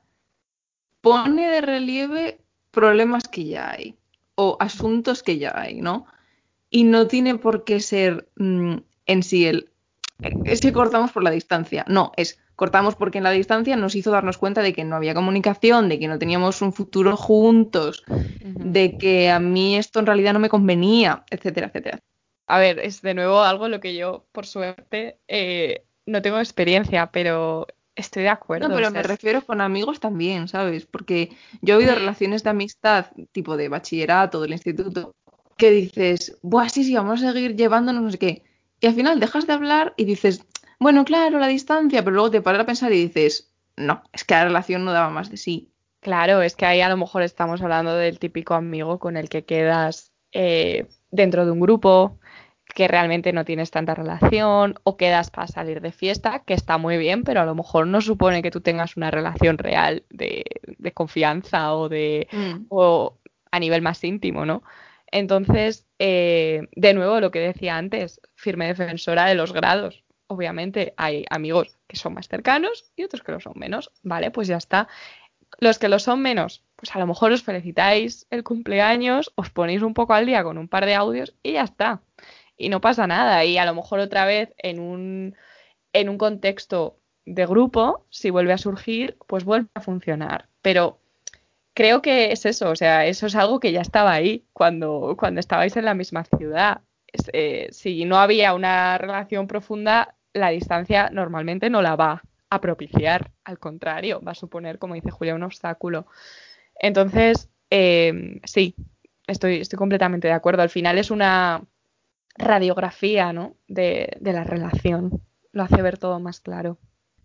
pone de relieve problemas que ya hay o asuntos que ya hay, ¿no? Y no tiene por qué ser mm, en sí el... Es que cortamos por la distancia. No, es cortamos porque en la distancia nos hizo darnos cuenta de que no había comunicación, de que no teníamos un futuro juntos, Ujú. de que a mí esto en realidad no me convenía, etcétera, etcétera. A ver, es de nuevo algo en lo que yo, por suerte, eh, no tengo experiencia, pero estoy de No, acuerdo. O pero sea, me es... refiero con amigos también, ¿sabes? Porque yo he oído Mm, relaciones de amistad, tipo de bachillerato, del instituto, que dices, buah, sí, sí, vamos a seguir llevándonos, no sé qué. Y al final dejas de hablar y dices, bueno, claro, la distancia, pero luego te paras a pensar y dices, no, es que la relación no daba más de sí. claro, es que ahí a lo mejor estamos hablando del típico amigo con el que quedas eh, dentro de un grupo, que realmente no tienes tanta relación, o quedas para salir de fiesta, que está muy bien, pero a lo mejor no supone que tú tengas una relación real de, de confianza o de Mm. o a nivel más íntimo, ¿no? Entonces, eh, de nuevo, lo que decía antes, firme defensora de los grados. Obviamente hay amigos que son más cercanos y otros que lo son menos. Vale, pues ya está. Los que lo son menos, pues a lo mejor os felicitáis el cumpleaños, os ponéis un poco al día con un par de audios y ya está. Y no pasa nada. Y a lo mejor otra vez en un, en un contexto de grupo, si vuelve a surgir, pues vuelve a funcionar. Pero creo que es eso, o sea, eso es algo que ya estaba ahí cuando, cuando estabais en la misma ciudad. Eh, si no había una relación profunda, la distancia normalmente no la va a propiciar, al contrario, va a suponer, como dice Julia, un obstáculo. Entonces, eh, sí, estoy, estoy completamente de acuerdo. Al final es una radiografía, ¿no? de, de la relación. Lo hace ver todo más claro.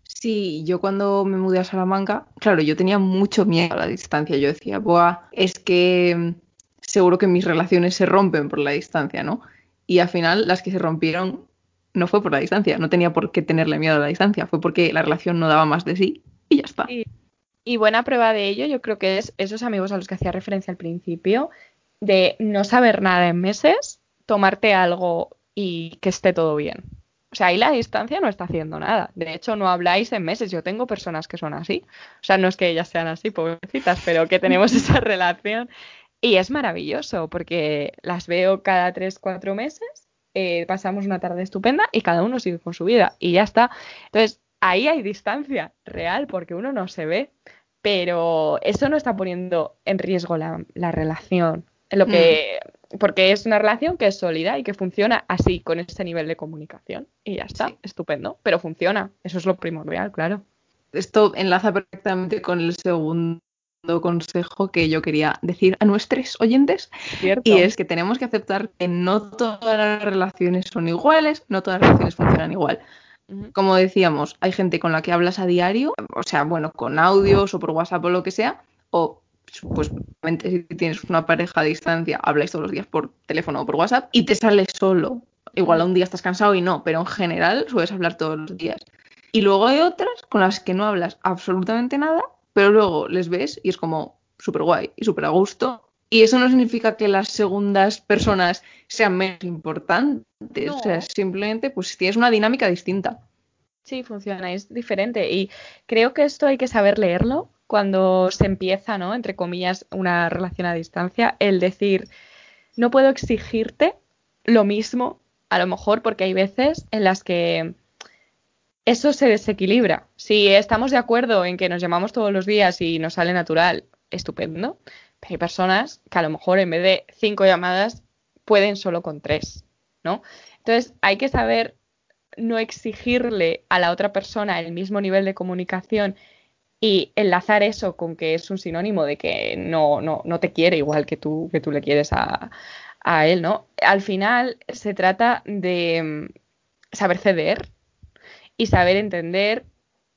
Sí, yo cuando me mudé a Salamanca, claro, yo tenía mucho miedo a la distancia. Yo decía, buah, es que mm, seguro que mis relaciones se rompen por la distancia, ¿no? Y al final las que se rompieron no fue por la distancia, no tenía por qué tenerle miedo a la distancia, fue porque la relación no daba más de sí y ya está. Sí. Y buena prueba de ello, yo creo que es esos amigos a los que hacía referencia al principio, de no saber nada en meses, tomarte algo y que esté todo bien. O sea, ahí la distancia no está haciendo nada. De hecho, no habláis en meses. Yo tengo personas que son así. O sea, no es que ellas sean así, pobrecitas, pero que tenemos esa relación. Y es maravilloso porque las veo cada tres, cuatro meses, eh, pasamos una tarde estupenda y cada uno sigue con su vida y ya está. Entonces, ahí hay distancia real porque uno no se ve, pero eso no está poniendo en riesgo la, la relación. Lo Mm, que, porque es una relación que es sólida y que funciona así, con ese nivel de comunicación. Y ya está, sí. estupendo, pero funciona. Eso es lo primordial, claro. Esto enlaza perfectamente con el segundo consejo que yo quería decir a nuestros oyentes, y Cierto. es que tenemos que aceptar que no todas las relaciones son iguales, no todas las relaciones funcionan igual. Ujú. Como decíamos, hay gente con la que hablas a diario, o sea, bueno, con audios o por WhatsApp o lo que sea, o pues si tienes una pareja a distancia, habláis todos los días por teléfono o por WhatsApp y te sale solo. Igual Ujú. un día estás cansado y no, pero en general sueles hablar todos los días. Y luego hay otras con las que no hablas absolutamente nada, pero luego les ves y es como súper guay y súper a gusto. Y eso no significa que las segundas personas sean menos importantes, o sea, No. simplemente pues tienes una dinámica distinta. Sí, funciona, es diferente. Y creo que esto hay que saber leerlo cuando se empieza, ¿no? Entre comillas, una relación a distancia. El decir, no puedo exigirte lo mismo, a lo mejor, porque hay veces en las que eso se desequilibra. Si estamos de acuerdo en que nos llamamos todos los días y nos sale natural, estupendo. Pero hay personas que a lo mejor en vez de cinco llamadas pueden solo con tres, ¿no? Entonces hay que saber no exigirle a la otra persona el mismo nivel de comunicación y enlazar eso con que es un sinónimo de que no, no, no te quiere igual que tú, que tú le quieres a, a él, ¿no? Al final se trata de mm, saber ceder y saber entender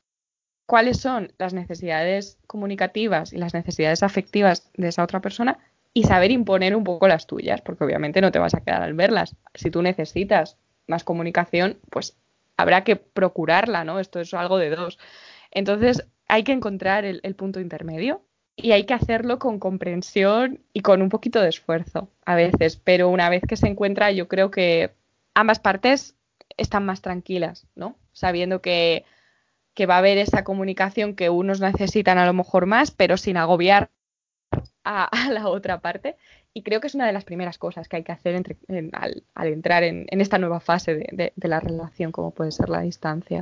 cuáles son las necesidades comunicativas y las necesidades afectivas de esa otra persona y saber imponer un poco las tuyas, porque obviamente no te vas a quedar al verlas. Si tú necesitas más comunicación, pues habrá que procurarla, ¿no? Esto es algo de dos. Entonces hay que encontrar el, el punto intermedio y hay que hacerlo con comprensión y con un poquito de esfuerzo a veces, pero una vez que se encuentra, yo creo que ambas partes están más tranquilas, ¿no? Sabiendo que que va a haber esa comunicación que unos necesitan a lo mejor más, pero sin agobiar a, a la otra parte. Y creo que es una de las primeras cosas que hay que hacer entre, en, al, al, entrar en, en, esta nueva fase de, de, de la relación, como puede ser la distancia.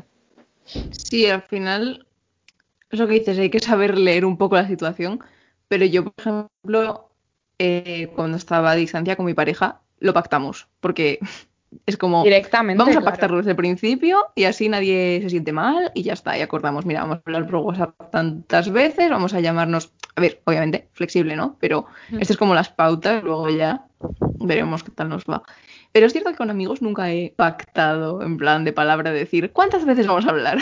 Sí, al final, eso que dices, hay que saber leer un poco la situación, pero yo, por ejemplo, eh, cuando estaba a distancia con mi pareja, lo pactamos, porque es como, vamos Directamente, a claro. pactarlo desde el principio y así nadie se siente mal y ya está, y acordamos, mira, vamos a hablar por WhatsApp tantas veces, vamos a llamarnos, a ver, obviamente, flexible, ¿no? Pero estas es como las pautas, luego ya veremos qué tal nos va. Pero es cierto que con amigos nunca he pactado en plan de palabra de decir, ¿cuántas veces vamos a hablar?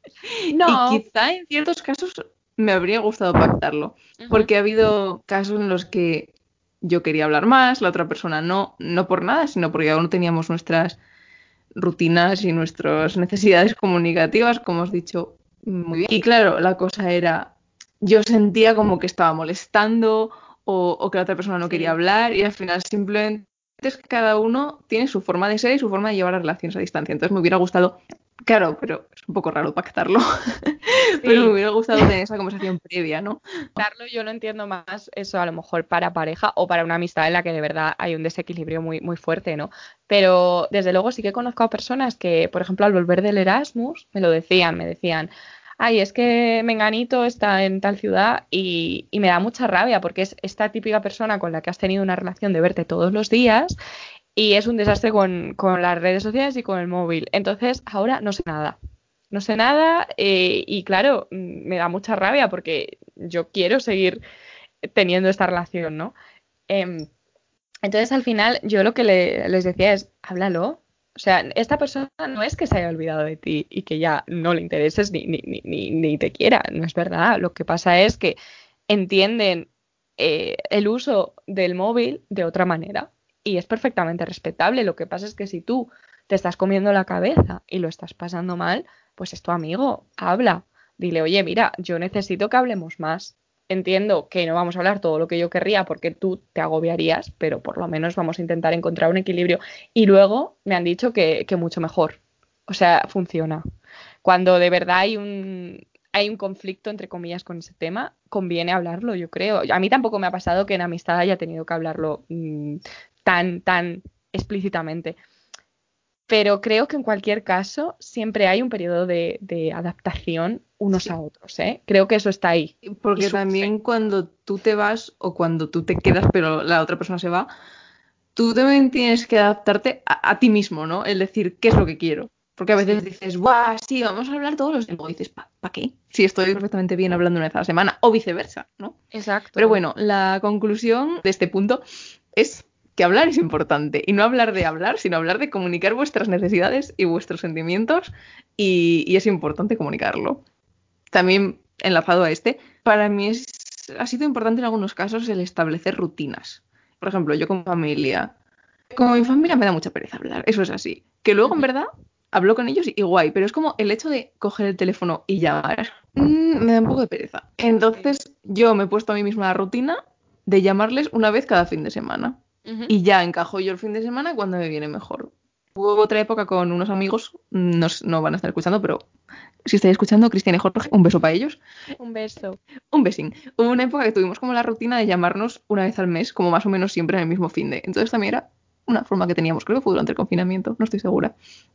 Y No. quizá en ciertos casos me habría gustado pactarlo, Uh -huh. porque ha habido casos en los que yo quería hablar más, la otra persona no, no por nada, sino porque aún no teníamos nuestras rutinas y nuestras necesidades comunicativas, como has dicho muy bien. Y claro, la cosa era, yo sentía como que estaba molestando o, o que la otra persona no quería Sí. hablar y al final simplemente es que cada uno tiene su forma de ser y su forma de llevar las relaciones a distancia. Entonces me hubiera gustado, claro, pero es un poco raro pactarlo, pero me Sí. hubiera gustado tener esa conversación previa, ¿no? Darlo yo lo entiendo más eso a lo mejor para pareja o para una amistad en la que de verdad hay un desequilibrio muy, muy fuerte, ¿no? Pero desde luego sí que conozco a personas que, por ejemplo, al volver del Erasmus, me lo decían, me decían, ay, es que Menganito está en tal ciudad y, y me da mucha rabia porque es esta típica persona con la que has tenido una relación de verte todos los días y es un desastre con, con las redes sociales y con el móvil. Entonces, ahora no sé nada. no sé nada eh, y claro, me da mucha rabia porque yo quiero seguir teniendo esta relación, ¿no? Eh, entonces al final yo lo que le, les decía es, háblalo. O sea, esta persona no es que se haya olvidado de ti y que ya no le intereses ni, ni, ni, ni, ni te quiera, no es verdad. Lo que pasa es que entienden eh, el uso del móvil de otra manera y es perfectamente respetable. Lo que pasa es que si tú te estás comiendo la cabeza y lo estás pasando mal, pues es tu amigo, habla. Dile, oye, mira, yo necesito que hablemos más. Entiendo que no vamos a hablar todo lo que yo querría porque tú te agobiarías, pero por lo menos vamos a intentar encontrar un equilibrio. Y luego me han dicho que, que mucho mejor. O sea, funciona. Cuando de verdad hay un, hay un conflicto, entre comillas, con ese tema, conviene hablarlo, yo creo. A mí tampoco me ha pasado que en amistad haya tenido que hablarlo mmm, tan, tan explícitamente. Pero creo que en cualquier caso siempre hay un periodo de, de adaptación unos Sí. a otros, ¿eh? Creo que eso está ahí. Porque también cuando tú te vas o cuando tú te quedas pero la otra persona se va, tú también tienes que adaptarte a, a ti mismo, ¿no? El decir, ¿qué es lo que quiero? Porque a veces Sí. dices, ¡buah, sí, vamos a hablar todos los días! Y luego dices, ¿para pa qué? Si estoy perfectamente bien hablando una vez a la semana, o viceversa, ¿no? Pero Exacto. bueno, la conclusión de este punto es que hablar es importante. Y no hablar de hablar, sino hablar de comunicar vuestras necesidades y vuestros sentimientos. Y, y es importante comunicarlo. También enlazado a este, para mí es, ha sido importante en algunos casos el establecer rutinas. Por ejemplo, yo con mi familia, con mi familia me da mucha pereza hablar, eso es así. Que luego en verdad hablo con ellos y guay, pero es como el hecho de coger el teléfono y llamar, mmm, me da un poco de pereza. Entonces yo me he puesto a mí misma la rutina de llamarles una vez cada fin de semana. Uh-huh. Y ya encajo yo el fin de semana cuando me viene mejor. Hubo otra época con unos amigos, no, no van a estar escuchando, pero si estáis escuchando, Cristian y Jorge, un beso para ellos. Un beso. Un besín. Hubo una época que tuvimos como la rutina de llamarnos una vez al mes, como más o menos siempre en el mismo finde. Entonces también era una forma que teníamos, creo que fue durante el confinamiento, no estoy segura.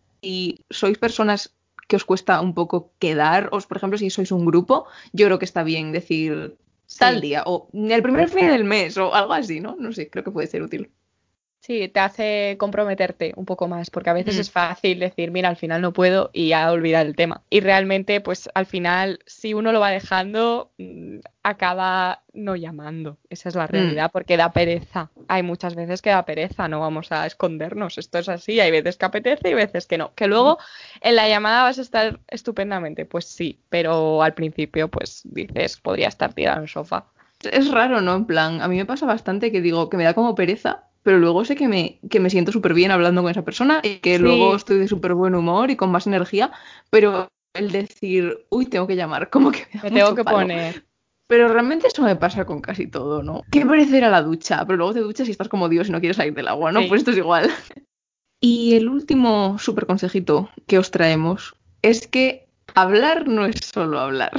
Y sois personas que os cuesta un poco quedaros, por ejemplo, si sois un grupo, yo creo que está bien decir tal Sí. día, o el primer fin del mes, o algo así, ¿no? No sé, creo que puede ser útil. Sí, te hace comprometerte un poco más, porque a veces Mm. es fácil decir, mira, al final no puedo y ya olvidar el tema. Y realmente, pues al final, si uno lo va dejando, mm, acaba no llamando. Esa es la Mm. realidad, porque da pereza. Hay muchas veces que da pereza, no vamos a escondernos. Esto es así, hay veces que apetece y veces que no. Que luego en la llamada vas a estar estupendamente, pues sí, pero al principio, pues dices, podría estar tirado en el sofá. Es raro, ¿no? En plan, a mí me pasa bastante que digo que me da como pereza, pero luego sé que me, que me siento súper bien hablando con esa persona y que luego Sí, estoy de súper buen humor y con más energía, pero el decir, uy, tengo que llamar, como que me da me tengo mucho que palo. poner. Pero realmente eso me pasa con casi todo, ¿no? Qué pereza ir a la ducha, pero luego te duchas y estás como Dios y no quieres salir del agua, ¿no? Sí. Pues esto es igual. Y el último súper consejito que os traemos es que hablar no es solo hablar.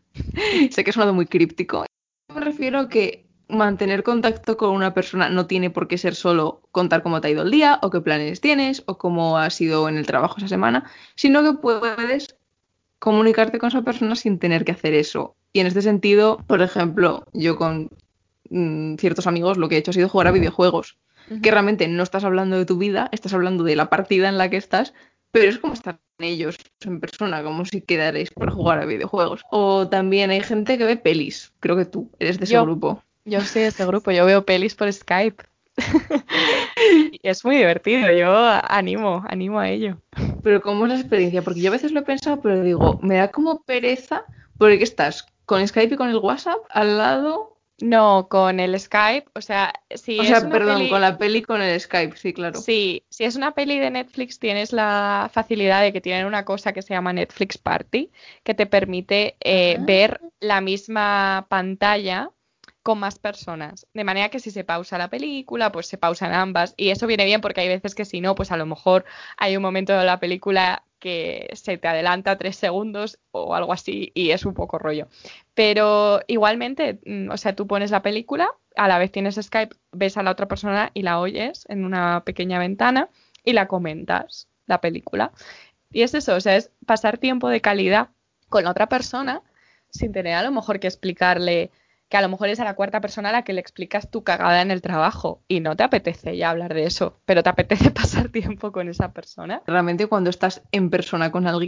Sé que ha sonado muy críptico. Me refiero a que mantener contacto con una persona no tiene por qué ser solo contar cómo te ha ido el día o qué planes tienes o cómo ha sido en el trabajo esa semana, sino que puedes comunicarte con esa persona sin tener que hacer eso. Y en este sentido, por ejemplo, yo con mmm, ciertos amigos lo que he hecho ha sido jugar a videojuegos, Uh-huh. que realmente no estás hablando de tu vida, estás hablando de la partida en la que estás, pero es como estar con ellos en persona, como si quedarais para jugar a videojuegos. O también hay gente que ve pelis, creo que tú eres de ese Yo, grupo. yo soy de ese grupo, yo veo pelis por Skype. Y es muy divertido, yo animo, animo a ello. Pero ¿cómo es la experiencia? Porque yo a veces lo he pensado, pero digo, me da como pereza, porque estás con Skype y con el WhatsApp al lado. No, con el Skype, o sea, si O es sea, una perdón, con peli, la peli con el Skype, sí, claro. sí, si es una peli de Netflix, tienes la facilidad de que tienen una cosa que se llama Netflix Party, que te permite eh, Ah. ver la misma pantalla con más personas. De manera que si se pausa la película, pues se pausan ambas. Y eso viene bien porque hay veces que si no, pues a lo mejor hay un momento de la película que se te adelanta tres segundos o algo así y es un poco rollo. Pero igualmente, mm, o sea, tú pones la película, a la vez tienes Skype, ves a la otra persona y la oyes en una pequeña ventana y la comentas, la película. Y es eso, o sea, es pasar tiempo de calidad con la otra persona sin tener a lo mejor que explicarle que a lo mejor es a la cuarta persona a la que le explicas tu cagada en el trabajo y no te apetece ya hablar de eso, pero te apetece pasar tiempo con esa persona. Realmente cuando estás en persona con alguien,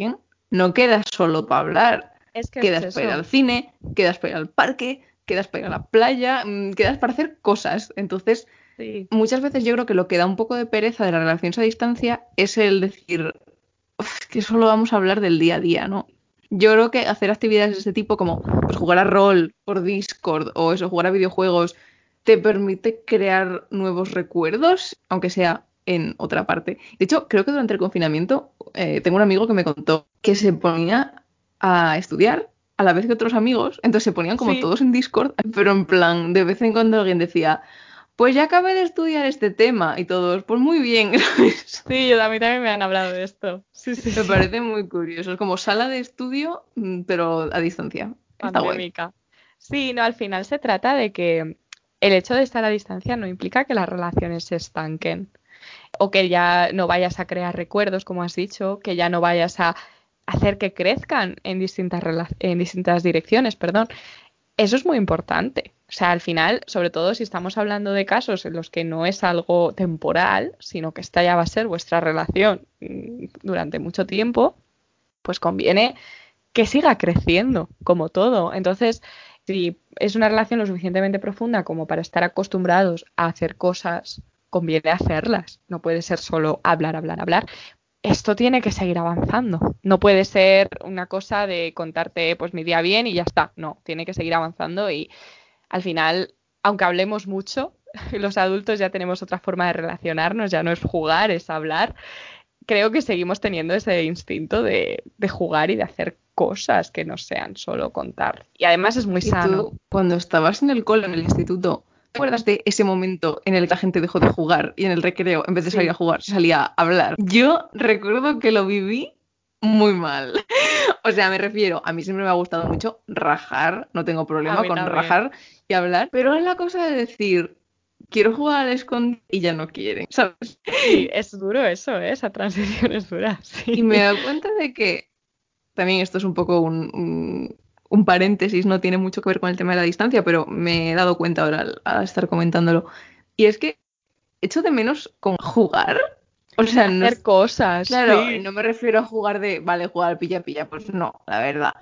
no quedas solo para hablar. Es que Quedas es para ir eso. al cine, quedas para ir al parque, quedas para ir a la playa, mm, quedas para hacer cosas. Entonces, Sí. muchas veces yo creo que lo que da un poco de pereza de las relaciones a distancia es el decir, "Uf, que solo vamos a hablar del día a día, ¿no?". Yo creo que hacer actividades de ese tipo, como pues, jugar a rol por Discord o eso, jugar a videojuegos, te permite crear nuevos recuerdos, aunque sea en otra parte. De hecho, creo que durante el confinamiento eh, tengo un amigo que me contó que se ponía a estudiar a la vez que otros amigos, entonces se ponían como Sí, todos en Discord, pero en plan, de vez en cuando alguien decía, pues ya acabé de estudiar este tema y todos, pues muy bien. sí, yo, a mí también me han hablado de esto. Sí, sí, Me sí. parece muy curioso. Es como sala de estudio, mm, pero a distancia. Está guay. Pandémica. Sí, no, al final se trata de que el hecho de estar a distancia no implica que las relaciones se estanquen o que ya no vayas a crear recuerdos, como has dicho, que ya no vayas a hacer que crezcan en distintas, rela- en distintas direcciones, perdón. Eso es muy importante. O sea, al final, sobre todo si estamos hablando de casos en los que no es algo temporal, sino que esta ya va a ser vuestra relación mm, durante mucho tiempo, pues conviene que siga creciendo, como todo. Entonces, si es una relación lo suficientemente profunda como para estar acostumbrados a hacer cosas, conviene hacerlas. No puede ser solo hablar, hablar, hablar. Esto tiene que seguir avanzando. No puede ser una cosa de contarte pues mi día bien y ya está. No, tiene que seguir avanzando y al final, aunque hablemos mucho, los adultos ya tenemos otra forma de relacionarnos, ya no es jugar, es hablar. Creo que seguimos teniendo ese instinto de, de jugar y de hacer cosas que no sean solo contar. Y además es muy Y sano. tú, cuando estabas en el cole, en el instituto, ¿te acuerdas de ese momento en el que la gente dejó de jugar y en el recreo, en vez de salir a Sí, jugar, se salía a hablar? Yo recuerdo que lo viví muy mal. O sea, me refiero, a mí siempre me ha gustado mucho rajar, no tengo a problema mí con también. rajar y hablar, pero es la cosa de decir, quiero jugar al escondite y ya no quieren, ¿sabes? Sí, es duro eso, ¿eh? Esa transición es dura, Y sí. me doy cuenta de que también esto es un poco un, un, un paréntesis, no tiene mucho que ver con el tema de la distancia, pero me he dado cuenta ahora al, al estar comentándolo. Y es que echo de menos con jugar. O sea, no Hacer es, cosas, claro, sí. no me refiero a jugar de, vale, jugar al pilla-pilla, pues no, la verdad.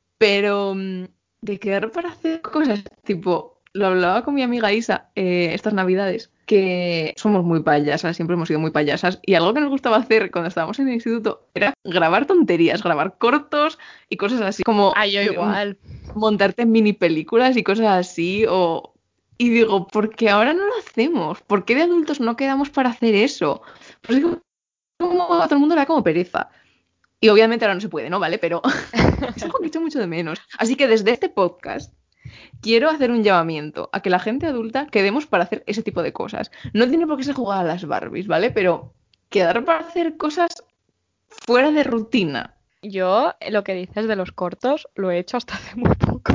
Pero mm, de quedar para hacer cosas, tipo, lo hablaba con mi amiga Isa eh, estas navidades, que somos muy payasas, siempre hemos sido muy payasas, y algo que nos gustaba hacer cuando estábamos en el instituto era grabar tonterías, grabar cortos y cosas así, como Ah, yo mm, igual. montarte mini películas y cosas así, o... Y digo, ¿por qué ahora no lo hacemos? ¿Por qué de adultos no quedamos para hacer eso? Pues digo, como a todo el mundo le da como pereza. Y obviamente ahora no se puede, ¿no? ¿Vale? Pero es algo que echo mucho de menos. Así que desde este podcast quiero hacer un llamamiento a que la gente adulta quedemos para hacer ese tipo de cosas. No tiene por qué ser jugar a las Barbies, ¿vale? Pero quedar para hacer cosas fuera de rutina. Yo, eh, lo que dices de los cortos, lo he hecho hasta hace muy poco.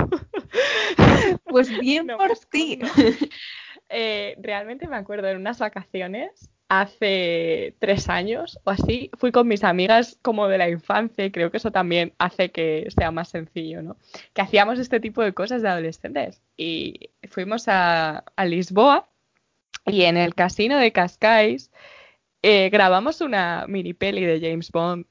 Pues bien No me por ti. escondo. Eh, realmente me acuerdo en unas vacaciones, hace tres años o así, fui con mis amigas como de la infancia y creo que eso también hace que sea más sencillo, ¿no? Que hacíamos este tipo de cosas de adolescentes. Y fuimos a, a Lisboa y en el casino de Cascais eh, grabamos una mini peli de James Bond,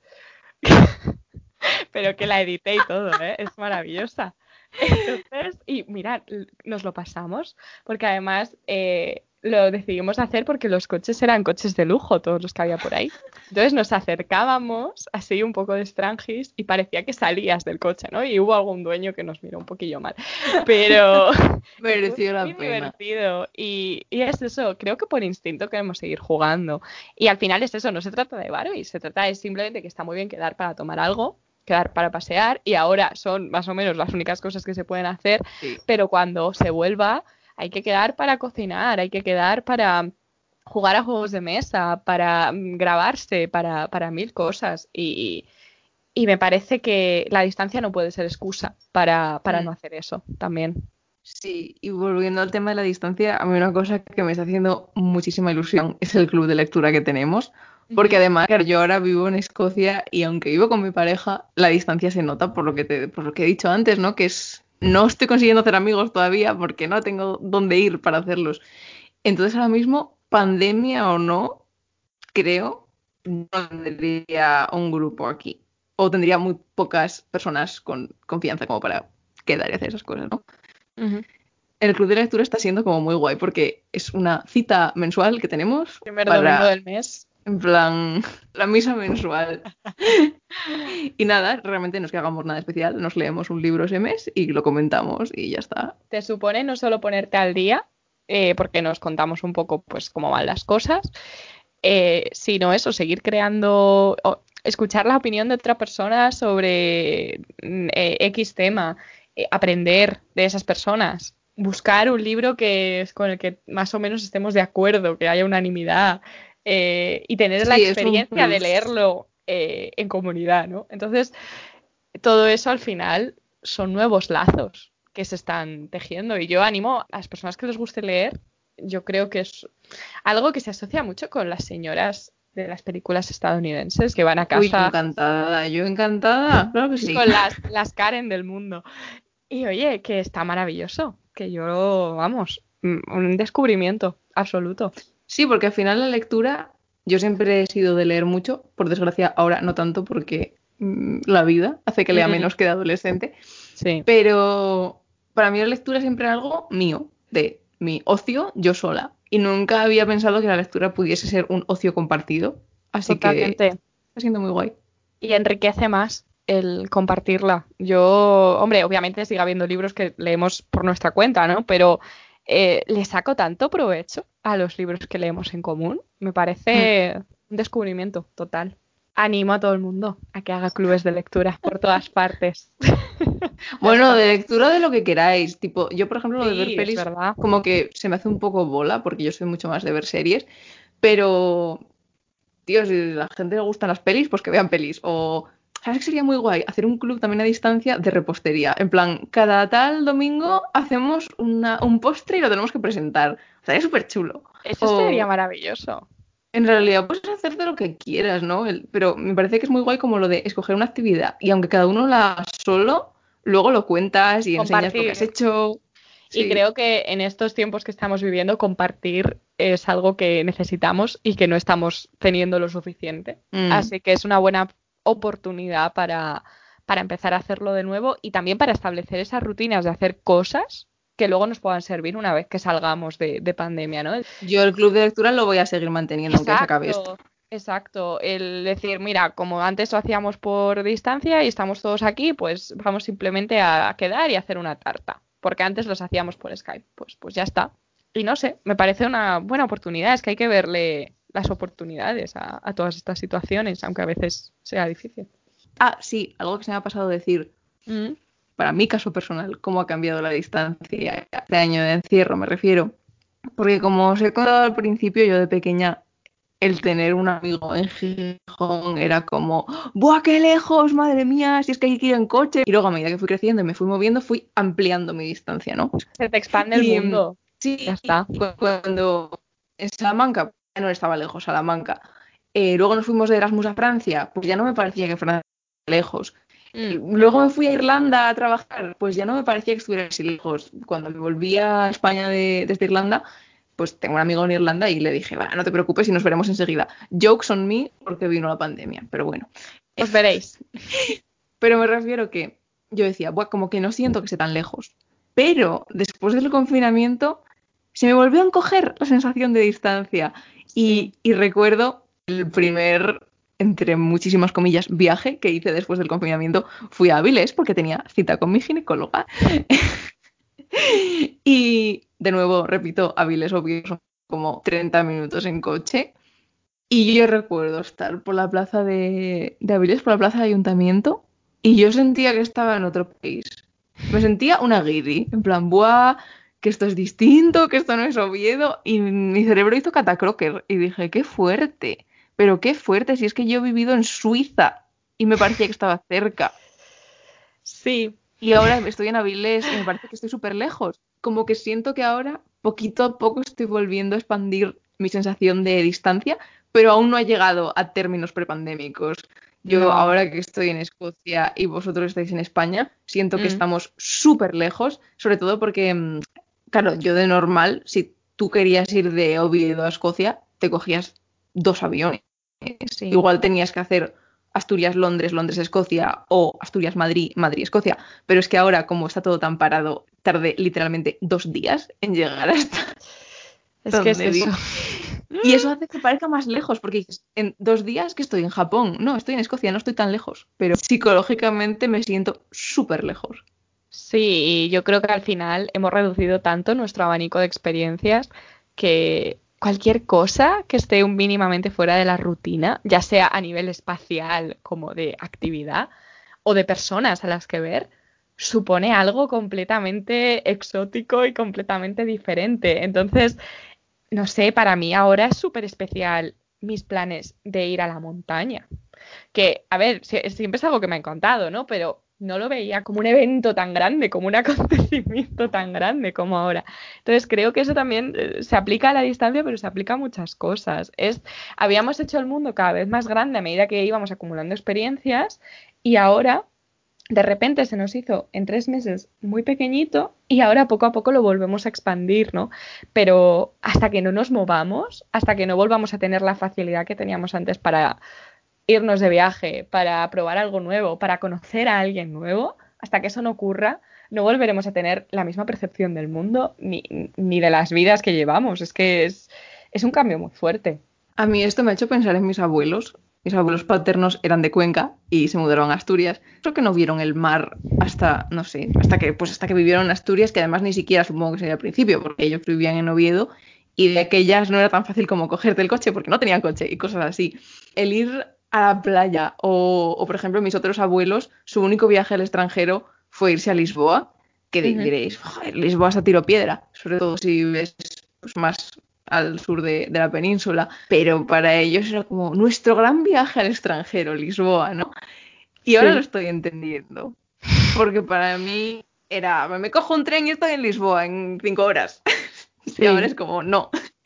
pero que la edité y todo, ¿eh? Es maravillosa. Entonces, y mirad, l- nos lo pasamos, porque además eh, lo decidimos hacer porque los coches eran coches de lujo, todos los que había por ahí. Entonces nos acercábamos así un poco de estrangis y parecía que salías del coche, ¿no? Y hubo algún dueño que nos miró un poquillo mal. Pero fue Mereció muy la pena. divertido y, y es eso, creo que por instinto queremos seguir jugando. Y al final es eso, no se trata de Barbie, se trata de simplemente que está muy bien quedar para tomar algo, quedar para pasear y ahora son más o menos las únicas cosas que se pueden hacer, Sí. pero cuando se vuelva hay que quedar para cocinar, hay que quedar para jugar a juegos de mesa, para mm, grabarse, para, para mil cosas y, y me parece que la distancia no puede ser excusa para, para Mm. no hacer eso también. Sí, y volviendo al tema de la distancia, a mí una cosa que me está haciendo muchísima ilusión es el club de lectura que tenemos, porque Ujú. además, claro, yo ahora vivo en Escocia y aunque vivo con mi pareja, la distancia se nota por lo que te, por lo que he dicho antes, ¿no? Que es, no estoy consiguiendo hacer amigos todavía porque no tengo dónde ir para hacerlos. Entonces ahora mismo, pandemia o no, creo, no tendría un grupo aquí. o tendría muy pocas personas con confianza como para quedar y hacer esas cosas, ¿no? Uh-huh. El club de lectura está siendo como muy guay porque es una cita mensual que tenemos Primer para, domingo del mes. en plan, la misa mensual. Y nada, realmente no es que hagamos nada especial, nos leemos un libro ese mes y lo comentamos y ya está. Te supone no solo ponerte al día, eh, porque nos contamos un poco pues cómo van las cosas, eh, sino eso, seguir creando, o escuchar la opinión de otra persona sobre eh, X tema, eh, aprender de esas personas, buscar un libro que es con el que más o menos estemos de acuerdo, que haya unanimidad, eh, y tener la Sí, es un experiencia de plus. leerlo eh, en comunidad, ¿no? Entonces, todo eso al final son nuevos lazos que se están tejiendo y yo animo a las personas que les guste leer. Yo creo que es algo que se asocia mucho con las señoras de las películas estadounidenses que van a Uy, yo casa encantada, yo encantada, claro que sí. con las, las Karen del mundo. Y oye, que está maravilloso, que yo, vamos, un descubrimiento absoluto. Sí, porque al final la lectura, yo siempre he sido de leer mucho, por desgracia ahora no tanto porque mmm, la vida hace que lea Mm, menos que de adolescente, sí, pero para mí la lectura siempre era algo mío, de mi ocio yo sola, y nunca había pensado que la lectura pudiese ser un ocio compartido, así que totalmente. está siendo muy guay. Y enriquece más el compartirla. Yo, hombre, obviamente sigue habiendo libros que leemos por nuestra cuenta, ¿no? Pero eh, le saco tanto provecho a los libros que leemos en común. Me Mm. parece un descubrimiento total. Animo a todo el mundo a que haga clubes de lectura por todas partes. Ya Bueno, está. de lectura de lo que queráis, tipo, yo por ejemplo lo de ver Sí, es pelis verdad. como que se me hace un poco bola, porque yo soy mucho más de ver series, pero tío, si a la gente le gustan las pelis, pues que vean pelis. O, ¿sabes qué sería muy guay? Hacer un club también a distancia de repostería. En plan, cada tal domingo hacemos una, un postre y lo tenemos que presentar. O sea, es súper chulo. Eso sería O, maravilloso. en realidad, puedes hacer de lo que quieras, ¿no? El- pero me parece que es muy guay como lo de escoger una actividad y aunque cada uno la haga solo, luego lo cuentas y enseñas lo que has Compartir. hecho. Y Sí. creo que en estos tiempos que estamos viviendo, compartir es algo que necesitamos y que no estamos teniendo lo suficiente. Mm. Así que es una buena oportunidad para, para empezar a hacerlo de nuevo y también para establecer esas rutinas de hacer cosas que luego nos puedan servir una vez que salgamos de, de pandemia, ¿no? Yo el club de lectura lo voy a seguir manteniendo aunque se acabe esto. Exacto, exacto. El decir, mira, como antes lo hacíamos por distancia y estamos todos aquí, pues vamos simplemente a quedar y hacer una tarta. Porque antes los hacíamos por Skype. Pues, pues ya está. Y no sé, me parece una buena oportunidad. Es que hay que verle las oportunidades a, a todas estas situaciones, aunque a veces sea difícil. Ah, sí, algo que se me ha pasado decir. Mm, Para mi caso personal, cómo ha cambiado la distancia este año de encierro, me refiero. Porque como os he contado al principio, yo de pequeña, el tener un amigo en Gijón era como, ¡buah, qué lejos! ¡Madre mía! Si es que hay que ir en coche. Y luego a medida que fui creciendo y me fui moviendo, fui ampliando mi distancia, ¿no? Se te expande el Y mm, mundo. Ya sí, está. cu- cuando en Salamanca, ya no estaba lejos, Salamanca. Eh, luego nos fuimos de Erasmus a Francia, pues ya no me parecía que Francia estaba lejos. Mm, Luego me fui a Irlanda a trabajar, pues ya no me parecía que estuviera así lejos. Cuando me volví a España de- desde Irlanda, pues tengo un amigo en Irlanda y le dije, va, no te preocupes y nos veremos enseguida. Jokes on me porque vino la pandemia, pero bueno. os veréis. Pero me refiero que yo decía, buah, como que no siento que esté tan lejos. Pero después del confinamiento se me volvió a encoger la sensación de distancia. Sí. Y, y recuerdo el primer, entre muchísimas comillas, viaje que hice después del confinamiento. Fui a Avilés porque tenía cita con mi ginecóloga. Y de nuevo, repito, Avilés obvio son como treinta minutos en coche. Y yo recuerdo estar por la plaza de, de Avilés, por la plaza de Ayuntamiento, y yo sentía que estaba en otro país. Me sentía una guiri, en plan, buah, que esto es distinto, que esto no es Oviedo, y mi cerebro hizo catacroker, y dije, qué fuerte, pero qué fuerte, si es que yo he vivido en Suiza, y me parecía que estaba cerca, Sí. y ahora estoy en Avilés, y me parece que estoy súper lejos. Como que siento que ahora, poquito a poco, estoy volviendo a expandir mi sensación de distancia, pero aún no ha llegado a términos prepandémicos. Yo No. ahora que estoy en Escocia y vosotros estáis en España, siento que Mm, estamos súper lejos, sobre todo porque, mm, claro, yo de normal, si tú querías ir de Oviedo a Escocia, te cogías dos aviones. sí. Igual tenías que hacer Asturias-Londres, Londres-Escocia o Asturias-Madrid, Madrid-Escocia, pero es que ahora, como está todo tan parado, tardé literalmente dos días en llegar hasta Es que es donde eso. vivo. Y eso hace que parezca más lejos, porque dices, en dos días que estoy en Japón, no, estoy en Escocia, no estoy tan lejos, pero psicológicamente me siento súper lejos. Sí, y yo creo que al final hemos reducido tanto nuestro abanico de experiencias que cualquier cosa que esté un mínimamente fuera de la rutina, ya sea a nivel espacial como de actividad o de personas a las que ver, supone algo completamente exótico y completamente diferente. Entonces, no sé, para mí ahora es súper especial mis planes de ir a la montaña. Que, a ver, si- siempre es algo que me han contado, ¿no? Pero no lo veía como un evento tan grande, como un acontecimiento tan grande como ahora. Entonces creo que eso también eh, se aplica a la distancia, pero se aplica a muchas cosas. Es, habíamos hecho el mundo cada vez más grande a medida que íbamos acumulando experiencias y ahora de repente se nos hizo en tres meses muy pequeñito y ahora poco a poco lo volvemos a expandir, ¿no? Pero hasta que no nos movamos, hasta que no volvamos a tener la facilidad que teníamos antes para irnos de viaje, para probar algo nuevo, para conocer a alguien nuevo, hasta que eso no ocurra, no volveremos a tener la misma percepción del mundo ni, ni de las vidas que llevamos. Es que es, es un cambio muy fuerte. A mí esto me ha hecho pensar en mis abuelos. Mis abuelos paternos eran de Cuenca y se mudaron a Asturias. Creo que no vieron el mar hasta, no sé, hasta que, pues hasta que vivieron en Asturias, que además ni siquiera supongo que sería al principio, porque ellos vivían en Oviedo y de aquellas no era tan fácil como cogerte el coche porque no tenían coche y cosas así. El ir a la playa o, o por ejemplo, mis otros abuelos, su único viaje al extranjero fue irse a Lisboa, que Uh-huh. diréis, joder, Lisboa es a tiro piedra, sobre todo si ves pues, más al sur de, de la península, pero para ellos era como nuestro gran viaje al extranjero, Lisboa, ¿no? Y ahora lo Sí. estoy entendiendo, porque para mí era, me cojo un tren y estoy en Lisboa en cinco horas, y ahora Sí, es como, no.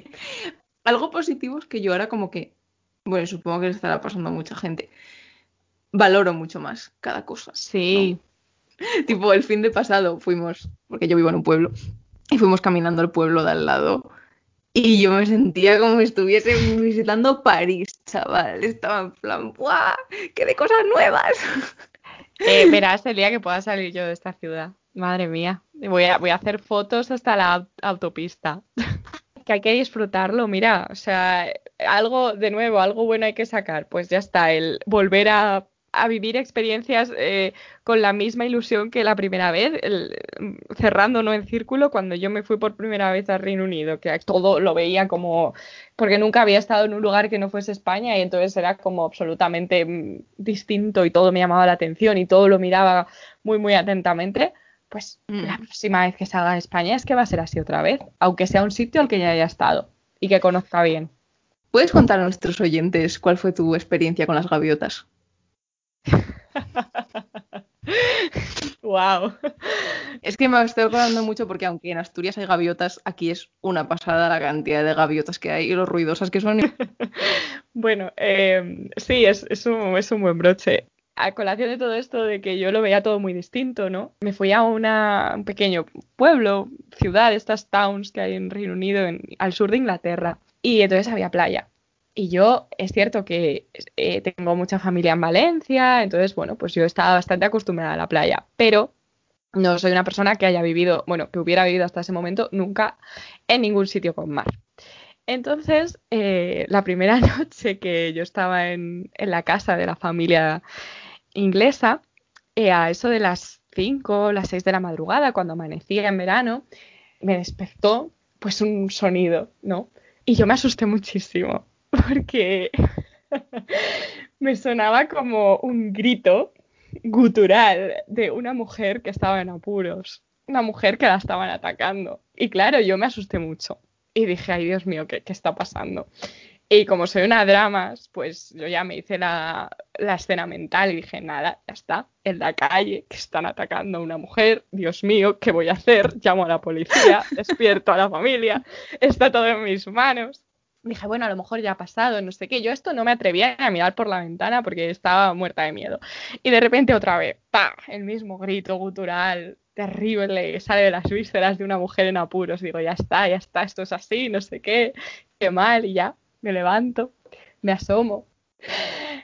Algo positivo es que yo ahora como que, bueno, supongo que le estará pasando a mucha gente, valoro mucho más cada cosa, ¿no? sí. Tipo, el fin de pasado fuimos, porque yo vivo en un pueblo, y fuimos caminando al pueblo de al lado. Y yo me sentía como si estuviese visitando París, chaval. Estaba en plan, ¡buah! ¡Qué de cosas nuevas! Eh, verás el día que pueda salir yo de esta ciudad. Madre mía. Voy a, voy a hacer fotos hasta la au- autopista. Que hay que disfrutarlo, mira, o sea, algo de nuevo, algo bueno hay que sacar, pues ya está, el volver a, a vivir experiencias eh, con la misma ilusión que la primera vez, el, cerrando no en círculo, cuando yo me fui por primera vez al Reino Unido, que todo lo veía como, porque nunca había estado en un lugar que no fuese España y entonces era como absolutamente mm, distinto y todo me llamaba la atención y todo lo miraba muy, muy atentamente. Pues la Mm. próxima vez que salga de España es que va a ser así otra vez, aunque sea un sitio al que ya haya estado y que conozca bien. ¿Puedes contar a nuestros oyentes cuál fue tu experiencia con las gaviotas? Wow. Es que me estoy acordando mucho porque aunque en Asturias hay gaviotas, aquí es una pasada la cantidad de gaviotas que hay y lo ruidosas que son. Bueno, eh, sí, es, es, un, es un buen broche. A colación de todo esto, de que yo lo veía todo muy distinto, ¿no? Me fui a una, un pequeño pueblo, ciudad, estas towns que hay en Reino Unido, en, al sur de Inglaterra, y entonces había playa. Y yo, es cierto que eh, tengo mucha familia en Valencia, entonces, bueno, pues yo estaba bastante acostumbrada a la playa, pero no soy una persona que haya vivido, bueno, que hubiera vivido hasta ese momento nunca en ningún sitio con mar. Entonces, eh, la primera noche que yo estaba en, en la casa de la familia inglesa, eh, a eso de las cinco o las seis de la madrugada, cuando amanecía en verano, me despertó pues un sonido, ¿no? Y yo me asusté muchísimo, porque me sonaba como un grito gutural de una mujer que estaba en apuros, una mujer que la estaban atacando. Y claro, yo me asusté mucho y dije, ay Dios mío, ¿qué, qué está pasando? Y como soy una dramas, pues yo ya me hice la, la escena mental y dije, nada, ya está, en la calle, que están atacando a una mujer, Dios mío, ¿qué voy a hacer? Llamo a la policía, despierto a la familia, está todo en mis manos. Dije, bueno, a lo mejor ya ha pasado, no sé qué. Yo esto no me atrevía a mirar por la ventana porque estaba muerta de miedo. Y de repente otra vez, ¡pa! El mismo grito gutural, terrible, que sale de las vísceras de una mujer en apuros. Digo, ya está, ya está, esto es así, no sé qué, qué mal, y ya, me levanto, me asomo.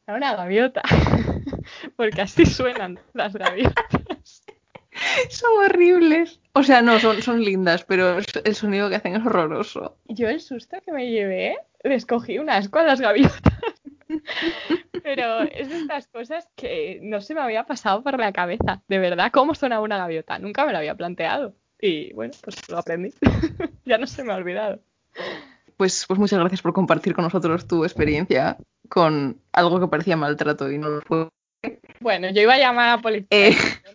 a una gaviota. Porque así suenan las gaviotas. Son horribles. O sea, no, son, son lindas, pero el sonido que hacen es horroroso. Yo el susto que me llevé, les cogí un asco a las gaviotas. Pero es de estas cosas que no se me había pasado por la cabeza. De verdad, ¿cómo suena una gaviota? Nunca me lo había planteado. Y bueno, pues lo aprendí. Ya no se me ha olvidado. Pues, pues muchas gracias por compartir con nosotros tu experiencia con algo que parecía maltrato y no lo fue. Bueno, yo iba a llamar a la policía. Eh,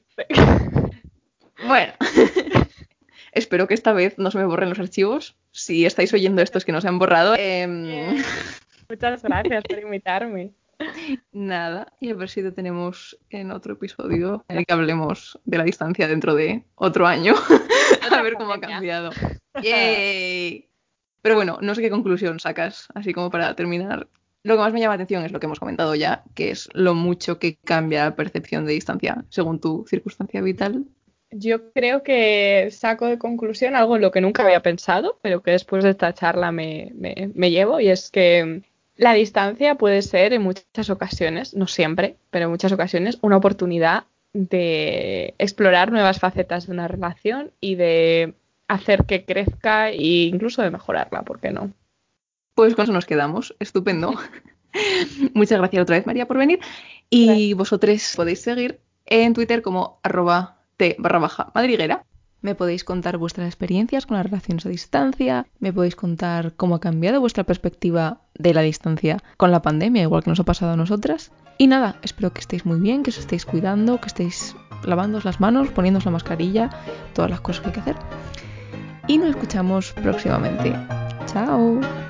bueno, espero que esta vez no se me borren los archivos. Si estáis oyendo esto es que no se han borrado. Eh, Bien. Muchas gracias por invitarme. Nada, y a ver si te tenemos en otro episodio en el que hablemos de la distancia dentro de otro año. A ver cómo ha cambiado. Yay. Pero bueno, no sé qué conclusión sacas, así como para terminar. Lo que más me llama la atención es lo que hemos comentado ya, que es lo mucho que cambia la percepción de distancia según tu circunstancia vital. Yo creo que saco de conclusión algo en lo que nunca había pensado, pero que después de esta charla me, me, me llevo, y es que la distancia puede ser en muchas ocasiones, no siempre, pero en muchas ocasiones, una oportunidad de explorar nuevas facetas de una relación y de hacer que crezca e incluso de mejorarla, ¿por qué no? Pues con eso nos quedamos. Estupendo. Muchas gracias otra vez, María, por venir. Y gracias. Vosotros podéis seguir en Twitter como arroba t barra baja madriguera. Me podéis contar vuestras experiencias con las relaciones a distancia. Me podéis contar cómo ha cambiado vuestra perspectiva de la distancia con la pandemia, igual que nos ha pasado a nosotras. Y nada, espero que estéis muy bien, que os estéis cuidando, que estéis lavándoos las manos, poniéndoos la mascarilla, todas las cosas que hay que hacer. Y nos escuchamos próximamente. ¡Chao!